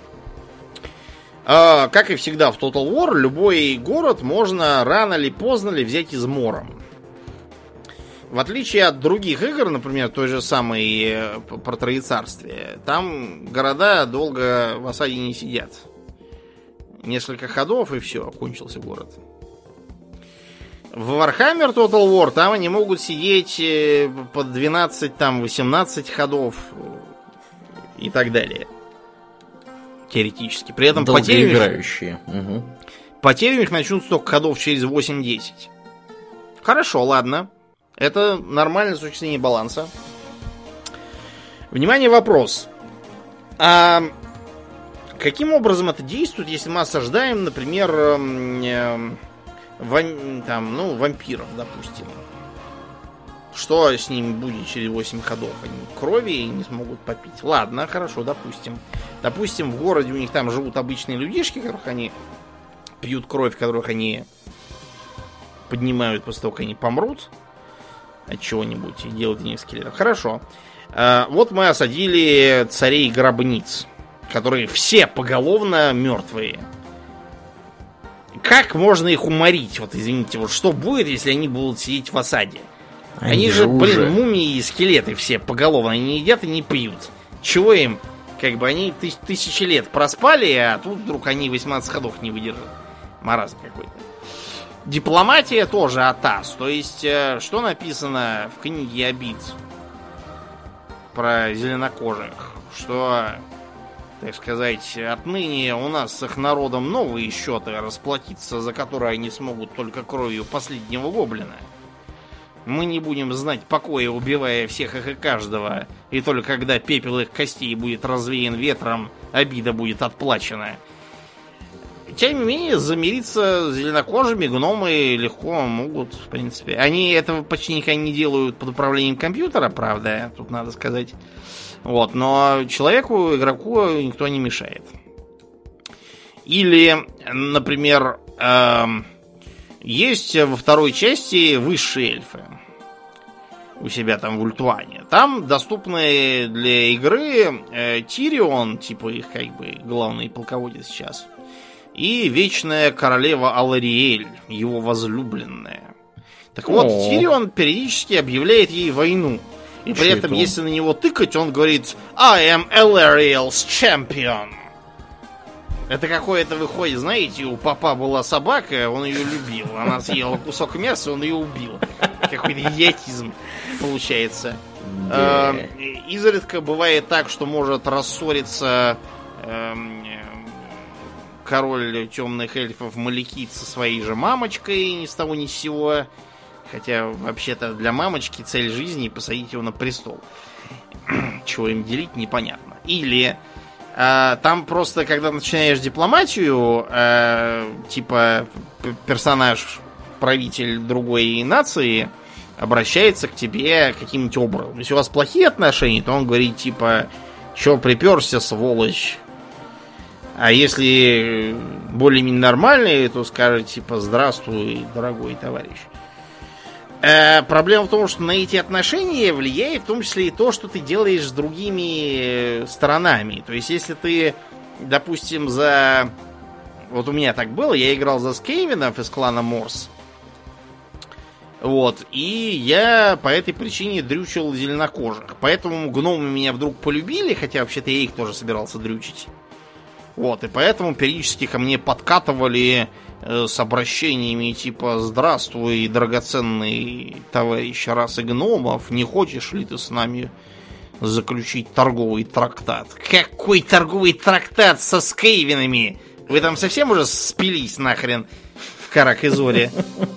Speaker 2: э, как и всегда в Total War, любой город можно рано или поздно ли взять измором. В отличие от других игр, например, той же самой про Троецарствие, там города долго в осаде не сидят. Несколько ходов и все, окончился город. В Warhammer Total War там они могут сидеть по двенадцать, там, восемнадцать ходов и так далее. Теоретически. При этом потери
Speaker 1: играющие. Угу.
Speaker 2: Потери у них начнутся только ходов через восемь-десять. Хорошо, ладно. Это нормальное осуществление баланса. Внимание, вопрос. А каким образом это действует, если мы осаждаем, например, э, вам, там, ну, вампиров, допустим? Что с ними будет через восемь ходов? Они крови не смогут попить. Ладно, хорошо, допустим. Допустим, в городе у них там живут обычные людишки, которых они пьют кровь, которых они поднимают после того, как они помрут от чего-нибудь и делают из них скелетов. Хорошо. А, вот мы осадили царей гробниц, которые все поголовно мертвые. Как можно их уморить? Вот, извините, вот что будет, если они будут сидеть в осаде? Они, они же, блин, уже... мумии и скелеты все поголовно. Они не едят и не пьют. Чего им? Как бы они тыс- тысячи лет проспали, а тут вдруг они восемнадцать ходов не выдержат. Маразм какой-то. Дипломатия тоже атас. То есть, что написано в книге Обид про зеленокожих? Что, так сказать, отныне у нас с их народом новые счеты, расплатиться за которые они смогут только кровью последнего гоблина. Мы не будем знать покоя, убивая всех их и каждого. И только когда пепел их костей будет развеян ветром, обида будет отплачена. Тем не менее, замириться с зеленокожими гномы легко могут, в принципе. Они этого почти никогда не делают под управлением компьютера, правда, тут надо сказать. Вот, но человеку, игроку никто не мешает. Или, например, эм, есть во второй части высшие эльфы у себя там в Ультуане. Там доступны для игры э, Тирион, типа их как бы главный полководец сейчас, и вечная королева Алариэль, его возлюбленная. Так вот, О. Тирион периодически объявляет ей войну. И при этом, если на него тыкать, он говорит I am Alariel's champion. Это какое-то выходит, знаете, у папа была собака, он ее любил. Она съела кусок мяса, он ее убил. Какой-то идиотизм получается. Yeah. Изредка бывает так, что может рассориться король темных эльфов Малekith со своей же мамочкой ни с того ни с сего. Хотя, вообще-то, для мамочки цель жизни — посадить его на престол. Чего им делить, непонятно. Или э, там просто, когда начинаешь дипломатию, э, типа персонаж, правитель другой нации, обращается к тебе каким-нибудь образом. Если у вас плохие отношения, то он говорит типа: чё приперся, сволочь? А если более-менее нормальные, то скажет типа: здравствуй, дорогой товарищ. Э, проблема в том, что на эти отношения влияет в том числе и то, что ты делаешь с другими сторонами. То есть, если ты, допустим, за... Вот у меня так было, я играл за Скейвенов из клана Морс. Вот, и я по этой причине дрючил зеленокожих. Поэтому гномы меня вдруг полюбили, хотя вообще-то я их тоже собирался дрючить. Вот, и поэтому периодически ко мне подкатывали э, с обращениями типа: здравствуй, драгоценный товарищ расы гномов, не хочешь ли ты с нами заключить торговый трактат? Какой торговый трактат со скейвенами? Вы там совсем уже спились нахрен в Карак-и-Зоре?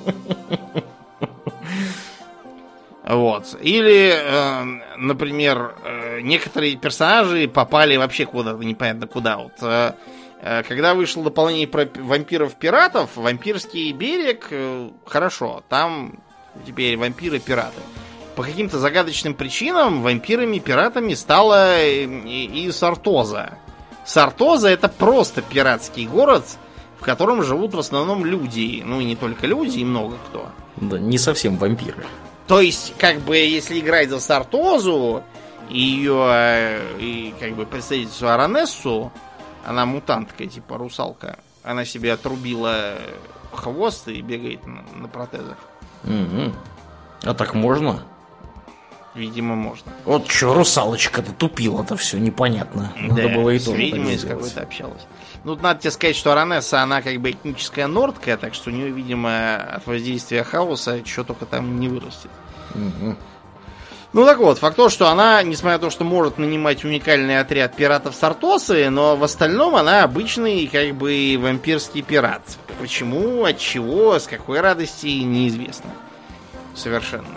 Speaker 2: Вот. Или, э, например, э, некоторые персонажи попали вообще куда-то непонятно куда. Вот, э, э, когда вышло дополнение про вампиров-пиратов, вампирский берег, э, хорошо, там теперь вампиры-пираты. По каким-то загадочным причинам вампирами-пиратами стала и, и Сартоза. Сартоза — это просто пиратский город, в котором живут в основном люди. Ну и не только люди, и много кто.
Speaker 1: Да, не совсем вампиры.
Speaker 2: То есть, как бы, если играть за Сартозу и ее, и, как бы, представительницу Аронессу, она мутантка, типа русалка, она себе отрубила хвост и бегает на, на протезах.
Speaker 1: Угу. А так можно?
Speaker 2: Видимо, можно.
Speaker 1: Вот что, русалочка-то тупила-то все непонятно. Надо
Speaker 2: да,
Speaker 1: было и
Speaker 2: с
Speaker 1: тоже
Speaker 2: ведьмой с какой-то общалась. Ну, надо тебе сказать, что Аронесса, она как бы этническая нордка, так что у нее, видимо, от воздействия хаоса что только там не вырастет.
Speaker 1: Угу.
Speaker 2: Ну так вот, факт то, что она, несмотря на то, что может нанимать уникальный отряд пиратов Сартосы, но в остальном она обычный, как бы, вампирский пират. Почему, от чего, с какой радости, неизвестно. Совершенно.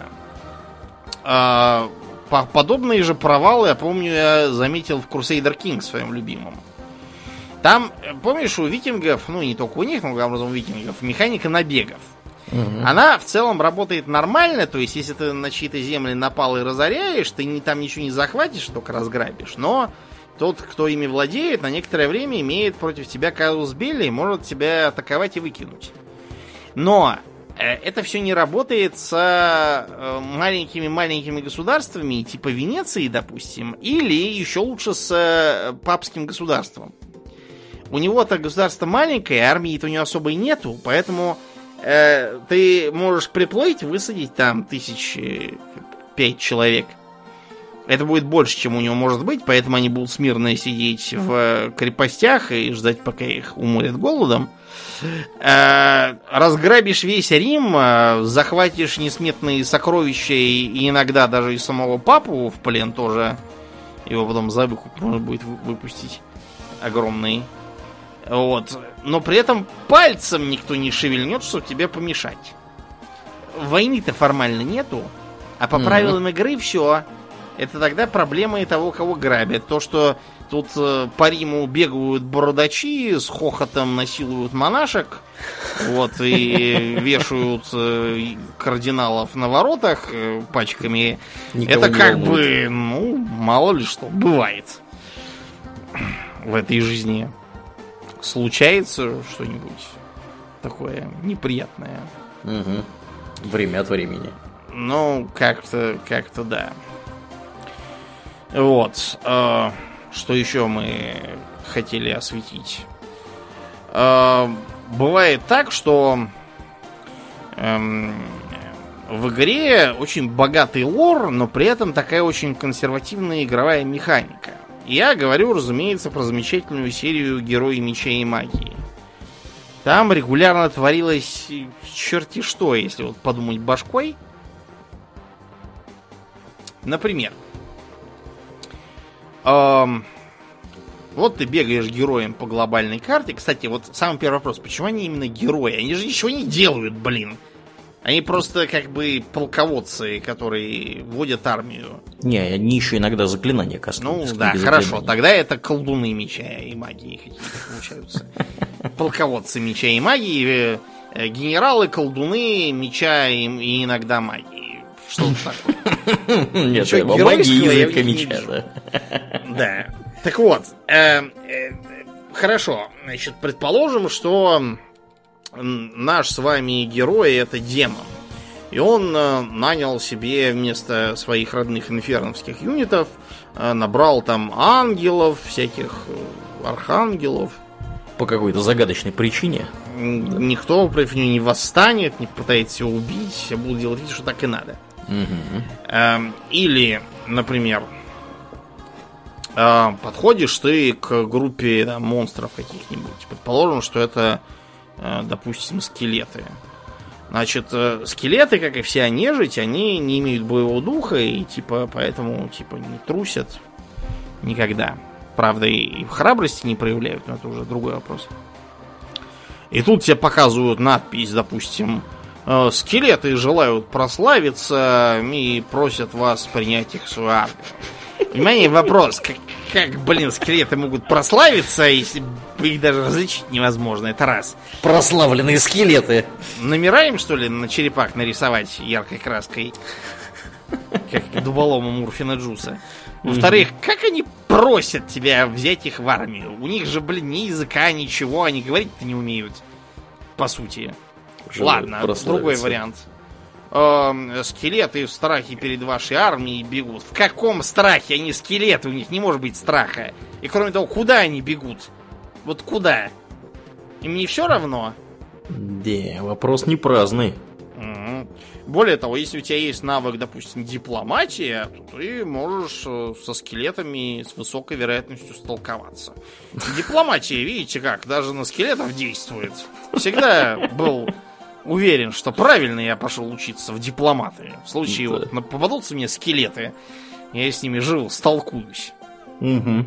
Speaker 2: А, подобные же провалы, я помню, я заметил в Crusader Kings своем любимом. Там, помнишь, у викингов, ну не только у них, но главным образом у викингов, механика набегов. Угу. Она в целом работает нормально, то есть если ты на чьи-то земли напал и разоряешь, ты не, там ничего не захватишь, только разграбишь. Но тот, кто ими владеет, на некоторое время имеет против тебя казус белли и может тебя атаковать и выкинуть. Но э, это все не работает с э, маленькими-маленькими государствами, типа Венеции, допустим, или еще лучше с э, папским государством. У него-то государство маленькое, армии-то у него особой нету, поэтому э, ты можешь приплыть, высадить там тысячи пять человек. Это будет больше, чем у него может быть, поэтому они будут смирно сидеть в крепостях и ждать, пока их уморят голодом. Э, разграбишь весь Рим, э, захватишь несметные сокровища и, и иногда даже и самого папу в плен тоже. Его потом за выкуп можно будет выпустить огромный. Вот. Но при этом пальцем никто не шевельнет, чтобы тебе помешать. Войны-то формально нету, а по mm-hmm. правилам игры все. Это тогда проблема и того, кого грабят. То, что тут э, по Риму бегают бородачи, с хохотом насилуют монашек, вот, и вешают э, кардиналов на воротах э, пачками. Никого это как бы, ну, мало ли что, бывает в этой жизни. Случается что-нибудь такое неприятное.
Speaker 1: Угу. Время от времени.
Speaker 2: Ну, как-то, как-то да. Вот. Э, что еще мы хотели осветить? Э, бывает так, что э, в игре очень богатый лор, но при этом такая очень консервативная игровая механика. Я говорю, разумеется, про замечательную серию «Герои меча и магии». Там регулярно творилось черти что, если вот подумать башкой. Например, эм, вот ты бегаешь героем по глобальной карте. Кстати, вот самый первый вопрос, почему они именно герои? Они же ничего не делают, блин. Они просто как бы полководцы, которые водят армию.
Speaker 1: Не, они еще иногда заклинания кастуют.
Speaker 2: Ну да, хорошо, тогда это колдуны меча и магии какие-то получаются. Полководцы меча и магии, генералы, колдуны, меча и иногда магии. Что-то такое.
Speaker 1: Нет, бумаги языка меча.
Speaker 2: Да. Так вот, хорошо. Значит, предположим, что наш с вами герой это демон. И он нанял себе вместо своих родных инферновских юнитов, набрал там ангелов, всяких архангелов.
Speaker 1: По какой-то загадочной причине.
Speaker 2: Никто против него не восстанет, не пытается его убить, а будут делать вид, что так и надо. Угу. Или, например, подходишь ты к группе да, монстров каких-нибудь. Предположим, что это, допустим, скелеты. Значит, скелеты, как и вся нежить, они не имеют боевого духа и типа поэтому типа не трусят никогда. Правда, и в храбрости не проявляют, но это уже другой вопрос. И тут тебе показывают надпись, допустим, скелеты желают прославиться и просят вас принять их в свою армию. Внимание, вопрос, как, как, блин, скелеты могут прославиться, если их даже различить невозможно, это раз.
Speaker 1: Прославленные скелеты.
Speaker 2: Номера им, что ли, на черепах нарисовать яркой краской, как дуболома Мурфина Джуса. Во-вторых, как они просят тебя взять их в армию? У них же, блин, ни языка, ничего, они говорить-то не умеют. По сути.
Speaker 1: Желают
Speaker 2: Ладно, другой вариант. Э, скелеты в страхе перед вашей армией бегут. В каком страхе? Они скелеты, у них не может быть страха. И кроме того, куда они бегут? Вот куда? Им не все равно?
Speaker 1: Да, вопрос не праздный.
Speaker 2: Более того, если у тебя есть навык, допустим, дипломатия, то ты можешь со скелетами с высокой вероятностью столковаться. Дипломатия, видите как, даже на скелетов действует. Всегда был уверен, что правильно я пошел учиться в дипломаты. В случае вот попадутся мне скелеты, я с ними жил, столкуюсь.
Speaker 1: Угу.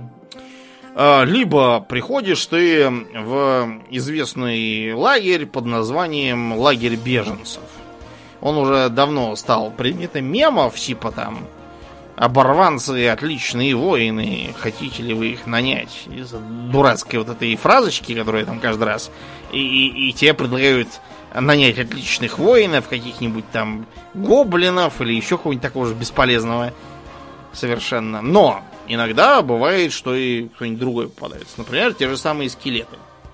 Speaker 2: Либо приходишь ты в известный лагерь под названием лагерь беженцев. Он уже давно стал предметом мемов, типа там оборванцы, отличные воины, хотите ли вы их нанять? Из дурацкой вот этой фразочки, которая там каждый раз. И, и, и тебе предлагают нанять отличных воинов, каких-нибудь там гоблинов или еще кого-нибудь такого же бесполезного совершенно. Но иногда бывает, что и кто-нибудь другой попадается. Например, те же самые скелеты.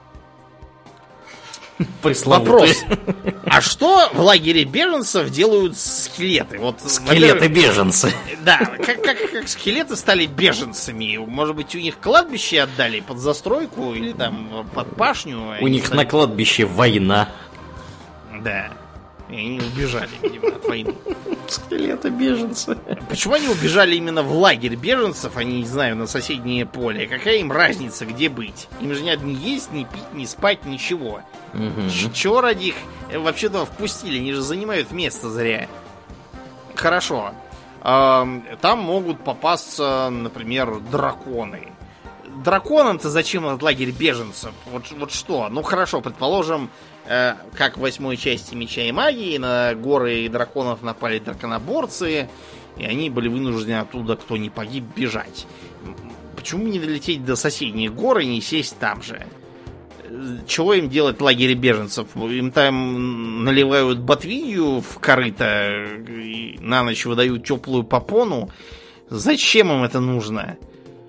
Speaker 2: Вопрос. А что в лагере беженцев делают скелеты? Вот,
Speaker 1: скелеты-беженцы.
Speaker 2: Да, как, как, как скелеты стали беженцами? Может быть, у них кладбище отдали под застройку или там под пашню?
Speaker 1: У них стали... на кладбище война.
Speaker 2: Да. И они убежали, видимо, от войны.
Speaker 1: Скелеты-беженцы.
Speaker 2: Почему они убежали именно в лагерь беженцев, а не, не знаю, на соседнее поле? Какая им разница, где быть? Им же не надо ни есть, ни пить, ни спать, ничего. Угу. Чего ради их вообще-то впустили? Они же занимают место зря. Хорошо. Там могут попасться, например, драконы. Драконам-то зачем этот лагерь беженцев? Вот, вот что? Ну хорошо, предположим, э, как в восьмой части Меча и Магии на горы драконов напали драконоборцы, и они были вынуждены оттуда, кто не погиб, бежать. Почему не долететь до соседних гор и не сесть там же? Чего им делать в лагере беженцев? Им там наливают ботвинью в корыто и на ночь выдают теплую попону. Зачем им это нужно?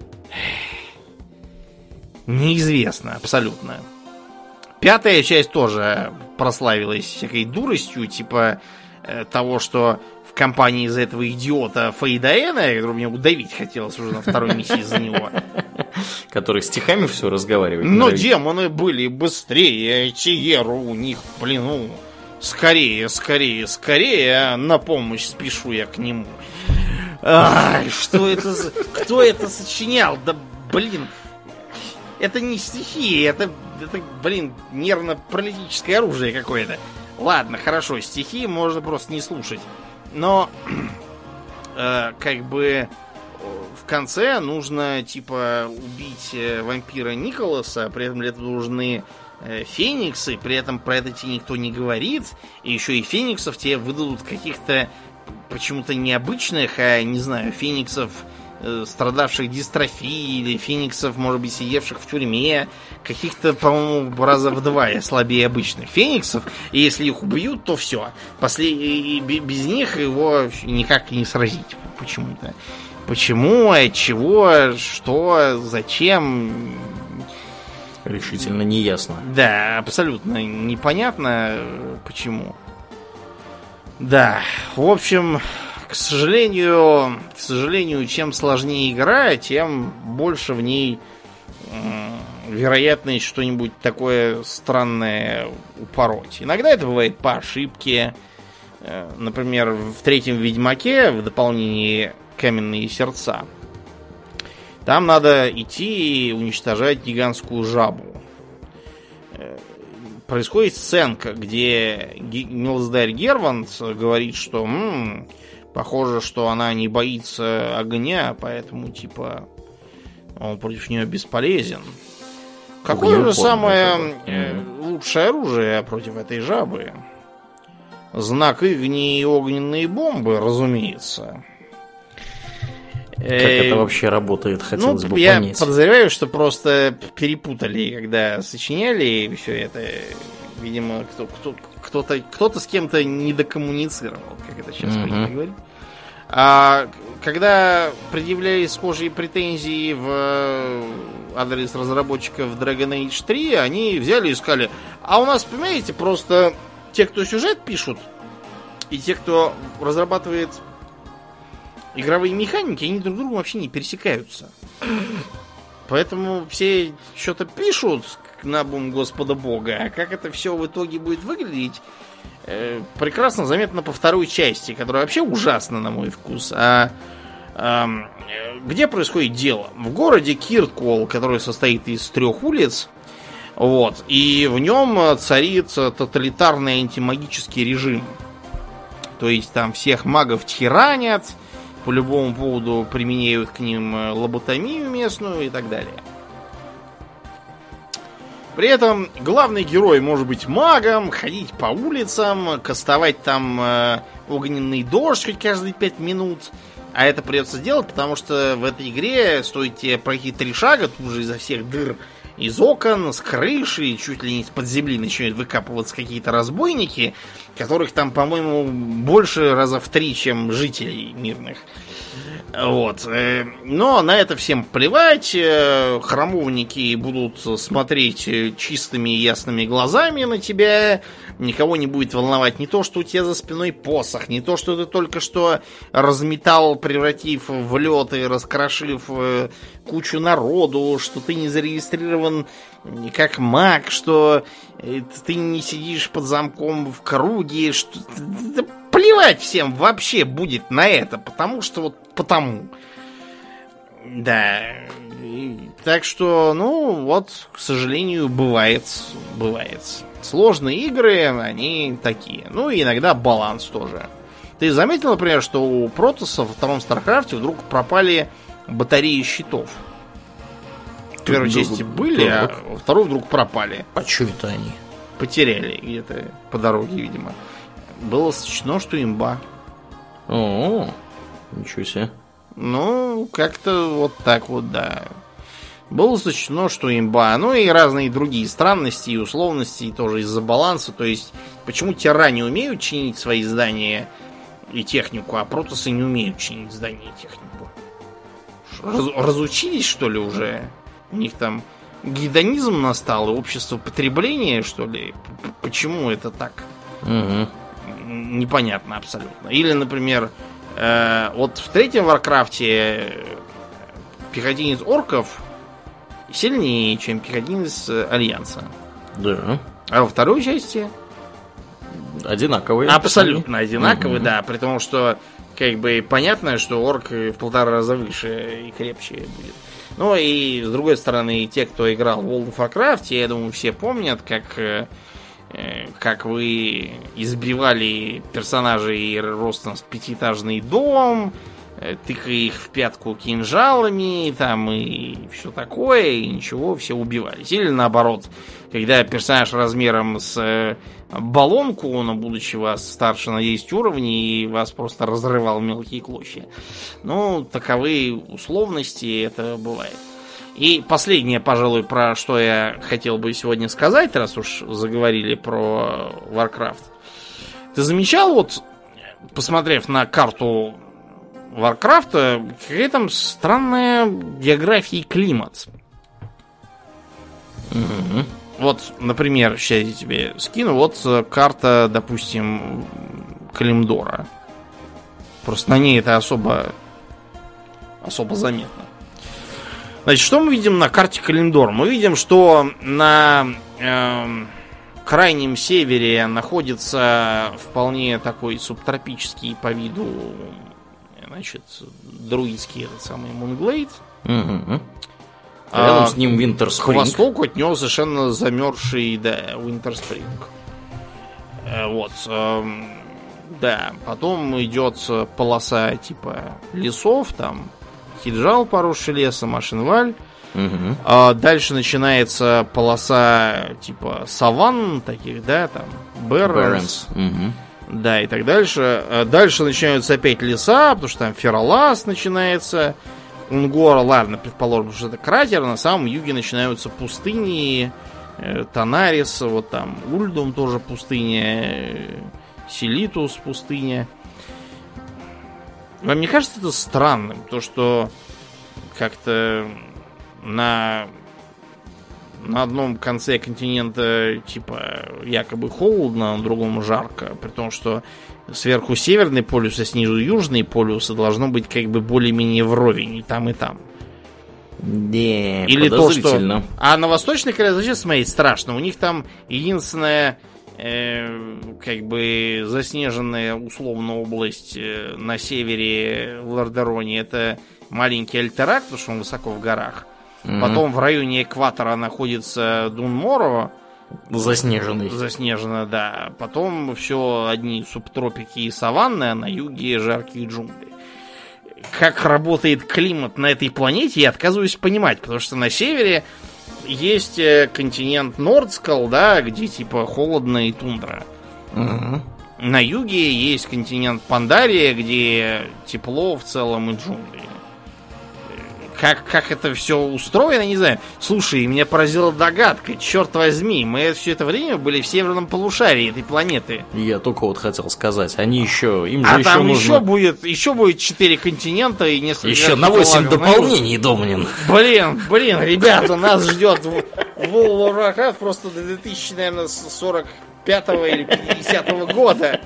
Speaker 2: Неизвестно абсолютно. Пятая часть тоже прославилась всякой дуростью, типа э, того, что в компании из-за этого идиота Фейдаэна, которого мне удавить хотелось уже на второй миссии из-за него.
Speaker 1: Который стихами все разговаривает.
Speaker 2: Но демоны были быстрее, Тиеру у них, блин, ну, скорее, скорее, скорее, на помощь спешу я к нему. Ай, что это за... Кто это сочинял? Да, блин... Это не стихи, это, это, блин, нервно-паралитическое оружие какое-то. Ладно, хорошо, стихи можно просто не слушать. Но, э, как бы, в конце нужно, типа, убить э, вампира Николаса, при этом для этого нужны э, фениксы, при этом про это тебе никто не говорит, и еще и фениксов тебе выдадут каких-то почему-то необычных, а, не знаю, фениксов э, страдавших дистрофией, или фениксов, может быть, сидевших в тюрьме, каких-то, по-моему, раза в два слабее обычных фениксов, и если их убьют, то все. После... И без них его никак не сразить почему-то. Почему, от чего, что, зачем...
Speaker 1: Решительно неясно.
Speaker 2: Да, абсолютно непонятно, почему. Да, в общем, к сожалению, к сожалению, чем сложнее игра, тем больше в ней э, вероятность что-нибудь такое странное упороть. Иногда это бывает по ошибке. Э, например, в третьем Ведьмаке, в дополнении «Каменные сердца», там надо идти и уничтожать гигантскую жабу. Происходит сценка, где Милздарь Герванд говорит, что м-м, похоже, что она не боится огня, поэтому типа он против нее бесполезен. Какое же самое э, лучшее оружие против этой жабы? Знак Игни и огненные бомбы, разумеется.
Speaker 1: Как это вообще работает, хотелось
Speaker 2: ну,
Speaker 1: бы
Speaker 2: я
Speaker 1: понять.
Speaker 2: Я подозреваю, что просто перепутали, когда сочиняли все это. Видимо, кто, кто, кто-то, кто-то с кем-то недокоммуницировал, как это сейчас принято uh-huh. говорить. А когда предъявляли схожие претензии в адрес разработчиков Dragon Age три, они взяли и сказали: а у нас, понимаете, просто те, кто сюжет пишут, и те, кто разрабатывает игровые механики, они друг другу вообще не пересекаются. Поэтому все что-то пишут на бум Господа Бога, а как это все в итоге будет выглядеть, э, прекрасно заметно по второй части, которая вообще ужасна на мой вкус. А э, где происходит дело? В городе Кирткол, который состоит из трех улиц, вот, и в нем царит тоталитарный антимагический режим. То есть там всех магов тиранят, по любому поводу применяют к ним лоботомию местную и так далее. При этом главный герой может быть магом, ходить по улицам, кастовать там э, огненный дождь хоть каждые пять минут. А это придется делать, потому что в этой игре стоит тебе пройти три шага, тут же изо всех дыр из окон, с крыши, чуть ли не из-под земли начинают выкапываться какие-то разбойники, которых там, по-моему, больше раза в три, чем жителей мирных. Вот. Но на это всем плевать. Храмовники будут смотреть чистыми и ясными глазами на тебя. Никого не будет волновать не то, что у тебя за спиной посох, не то, что ты только что разметал, превратив в лед и раскрошив кучу народу, что ты не зарегистрирован как маг, что ты не сидишь под замком в круге, что... Да плевать всем вообще будет на это, потому что вот потому. Да. И, так что, ну, вот, к сожалению, бывает, бывает. Сложные игры, они такие. Ну, и иногда баланс тоже. Ты заметил, например, что у Протоссов во втором Старкрафте вдруг пропали батареи щитов? В первой части были, а во второй вдруг пропали.
Speaker 1: А что это они?
Speaker 2: Потеряли где-то по дороге, видимо. Было сочтено, что имба.
Speaker 1: О, ничего себе.
Speaker 2: Ну, как-то вот так вот, да. Было сочтено, что имба. Ну и разные другие странности и условности тоже из-за баланса. То есть, почему тиране умеют чинить свои здания и технику, а протоссы не умеют чинить здания и технику? Раз, разучились, что ли, уже? У них там гедонизм настал, и общество потребления, что ли? Почему это так?
Speaker 1: Угу.
Speaker 2: Непонятно абсолютно. Или, например, э, вот в третьем Варкрафте пехотинец орков сильнее, чем пехотинец Альянса.
Speaker 1: Да.
Speaker 2: А во второй части
Speaker 1: одинаковые.
Speaker 2: Абсолютно одинаковые,
Speaker 1: угу.
Speaker 2: да. При том, что как бы понятно, что орк в полтора раза выше и крепче будет. Ну и с другой стороны, те, кто играл в World of Warcraft, я думаю, все помнят, как, э, как вы избивали персонажей ростом с пятиэтажный дом, тыкая их в пятку кинжалами, там и все такое, и ничего, все убивались. Или наоборот, когда персонаж размером с баллонку, он, будучи вас старше на десять уровней, и вас просто разрывал в мелкие клочья. Ну, таковы условности, это бывает. И последнее, пожалуй, про что я хотел бы сегодня сказать, раз уж заговорили про Warcraft. Ты замечал, вот, посмотрев на карту Warcraft, какая там странная география и климат.
Speaker 1: Mm-hmm.
Speaker 2: Вот, например, сейчас я тебе скину, вот карта, допустим, Калимдора. Просто на ней это особо особо заметно. Значит, что мы видим на карте Калимдора? Мы видим, что на э, крайнем севере находится вполне такой субтропический по виду, значит, друидский этот самый Мунглейд.
Speaker 1: Угу. Рядом а, с ним Винтерспринг.
Speaker 2: К востоку от него совершенно замерзший, да, Винтерспринг. Вот. Э, да, потом идет полоса типа лесов, там Хиджал, поросший лесом, Ашенваль.
Speaker 1: Угу.
Speaker 2: А дальше начинается полоса типа саванн таких, да, там Берренс.
Speaker 1: Угу.
Speaker 2: Да, и так дальше. А дальше начинаются опять леса, потому что там Фералас начинается. Унгор, ладно, предположим, что это кратер. На самом юге начинаются пустыни. Танарис, вот там Ульдум тоже пустыня. Селитус пустыня. Вам не кажется это странным? То, что как-то на, на одном конце континента типа якобы холодно, а на другом жарко. При том, что сверху северный полюс, а снизу южный полюс, и должно быть как бы более-менее вровень и там, и там.
Speaker 1: Не,
Speaker 2: или то, что... А на восточной Корее вообще смотреть страшно. У них там единственная э, как бы заснеженная условно область э, на севере в Лордероне. Это маленький Альтерак, потому что он высоко в горах. Mm-hmm. Потом в районе экватора находится Дунморо.
Speaker 1: Заснеженный.
Speaker 2: Заснежено, да. Потом все одни субтропики и саванны, а на юге жаркие джунгли. Как работает климат на этой планете, я отказываюсь понимать, потому что на севере есть континент Нордскал, да, где типа холодно и тундра.
Speaker 1: Угу.
Speaker 2: На юге есть континент Пандария, где тепло в целом и джунгли. Как, как это все устроено, не знаю. Слушай, меня поразила догадка, черт возьми, мы все это время были в северном полушарии этой планеты.
Speaker 1: Я только вот хотел сказать, они еще, им же
Speaker 2: а
Speaker 1: еще
Speaker 2: там
Speaker 1: нужно...
Speaker 2: еще будет, еще будет четыре континента и несколько...
Speaker 1: Еще на восемь дополнений, Домнин.
Speaker 2: Блин, блин, ребята, нас ждет World of Warcraft просто до две тысячи сорок пятого или пятидесятого года.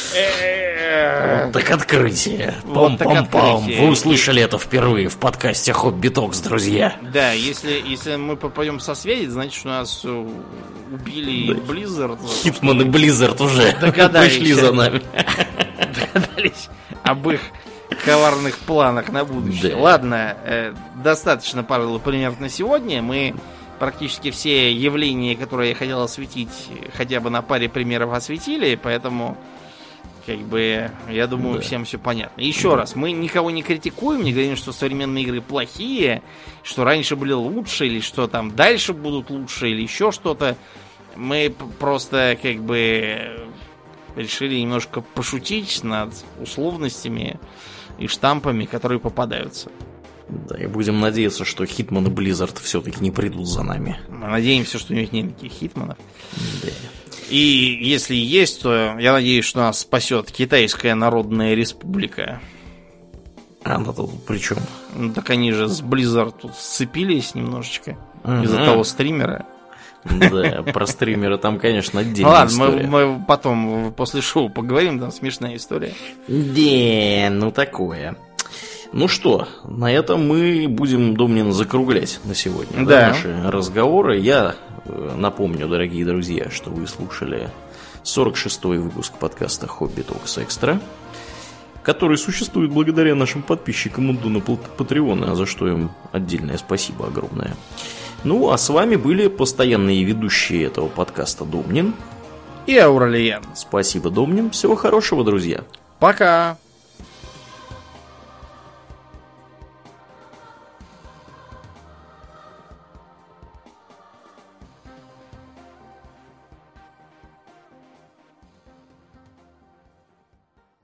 Speaker 1: Вот так открытие.
Speaker 2: Вот так открытие.
Speaker 1: Вы услышали это впервые в подкасте Хобби Токс, друзья.
Speaker 2: Да, если, если мы попадем со связи, значит, что нас убили да. Blizzard.
Speaker 1: Хитман и Blizzard уже пришли за нами.
Speaker 2: Догадались об их коварных планах на будущее. Да. Ладно, э, достаточно, пожалуй, примеров на сегодня. Мы практически все явления, которые я хотел осветить, хотя бы на паре примеров осветили, поэтому... Как бы, я думаю, да. всем все понятно. Еще да. раз, мы никого не критикуем, не говорим, что современные игры плохие, что раньше были лучше, или что там дальше будут лучше, или еще что-то. Мы просто, как бы, решили немножко пошутить над условностями и штампами, которые попадаются.
Speaker 1: Да, и будем надеяться, что Хитман и Blizzard все-таки не придут за нами.
Speaker 2: Мы надеемся, что у них нет никаких Хитманов.
Speaker 1: Да.
Speaker 2: И если есть, то я надеюсь, что нас спасет Китайская Народная Республика.
Speaker 1: А она тут при чем?
Speaker 2: Ну, так они же с Blizzard тут сцепились немножечко uh-huh. из-за того стримера.
Speaker 1: Да, про стримера там, конечно, отдельная
Speaker 2: ладно,
Speaker 1: история.
Speaker 2: Мы, мы потом после шоу поговорим, там смешная история.
Speaker 1: Да, ну такое. Ну что, на этом мы будем, Домнин, закруглять на сегодня да. Да, наши разговоры. Я напомню, дорогие друзья, что вы слушали сорок шестой выпуск подкаста Хобби Токс Экстра, который существует благодаря нашим подписчикам у Дуна Патреона, за что им отдельное спасибо огромное. Ну, а с вами были постоянные ведущие этого подкаста Домнин
Speaker 2: и Ауралиен.
Speaker 1: Спасибо, Домнин. Всего хорошего, друзья.
Speaker 2: Пока.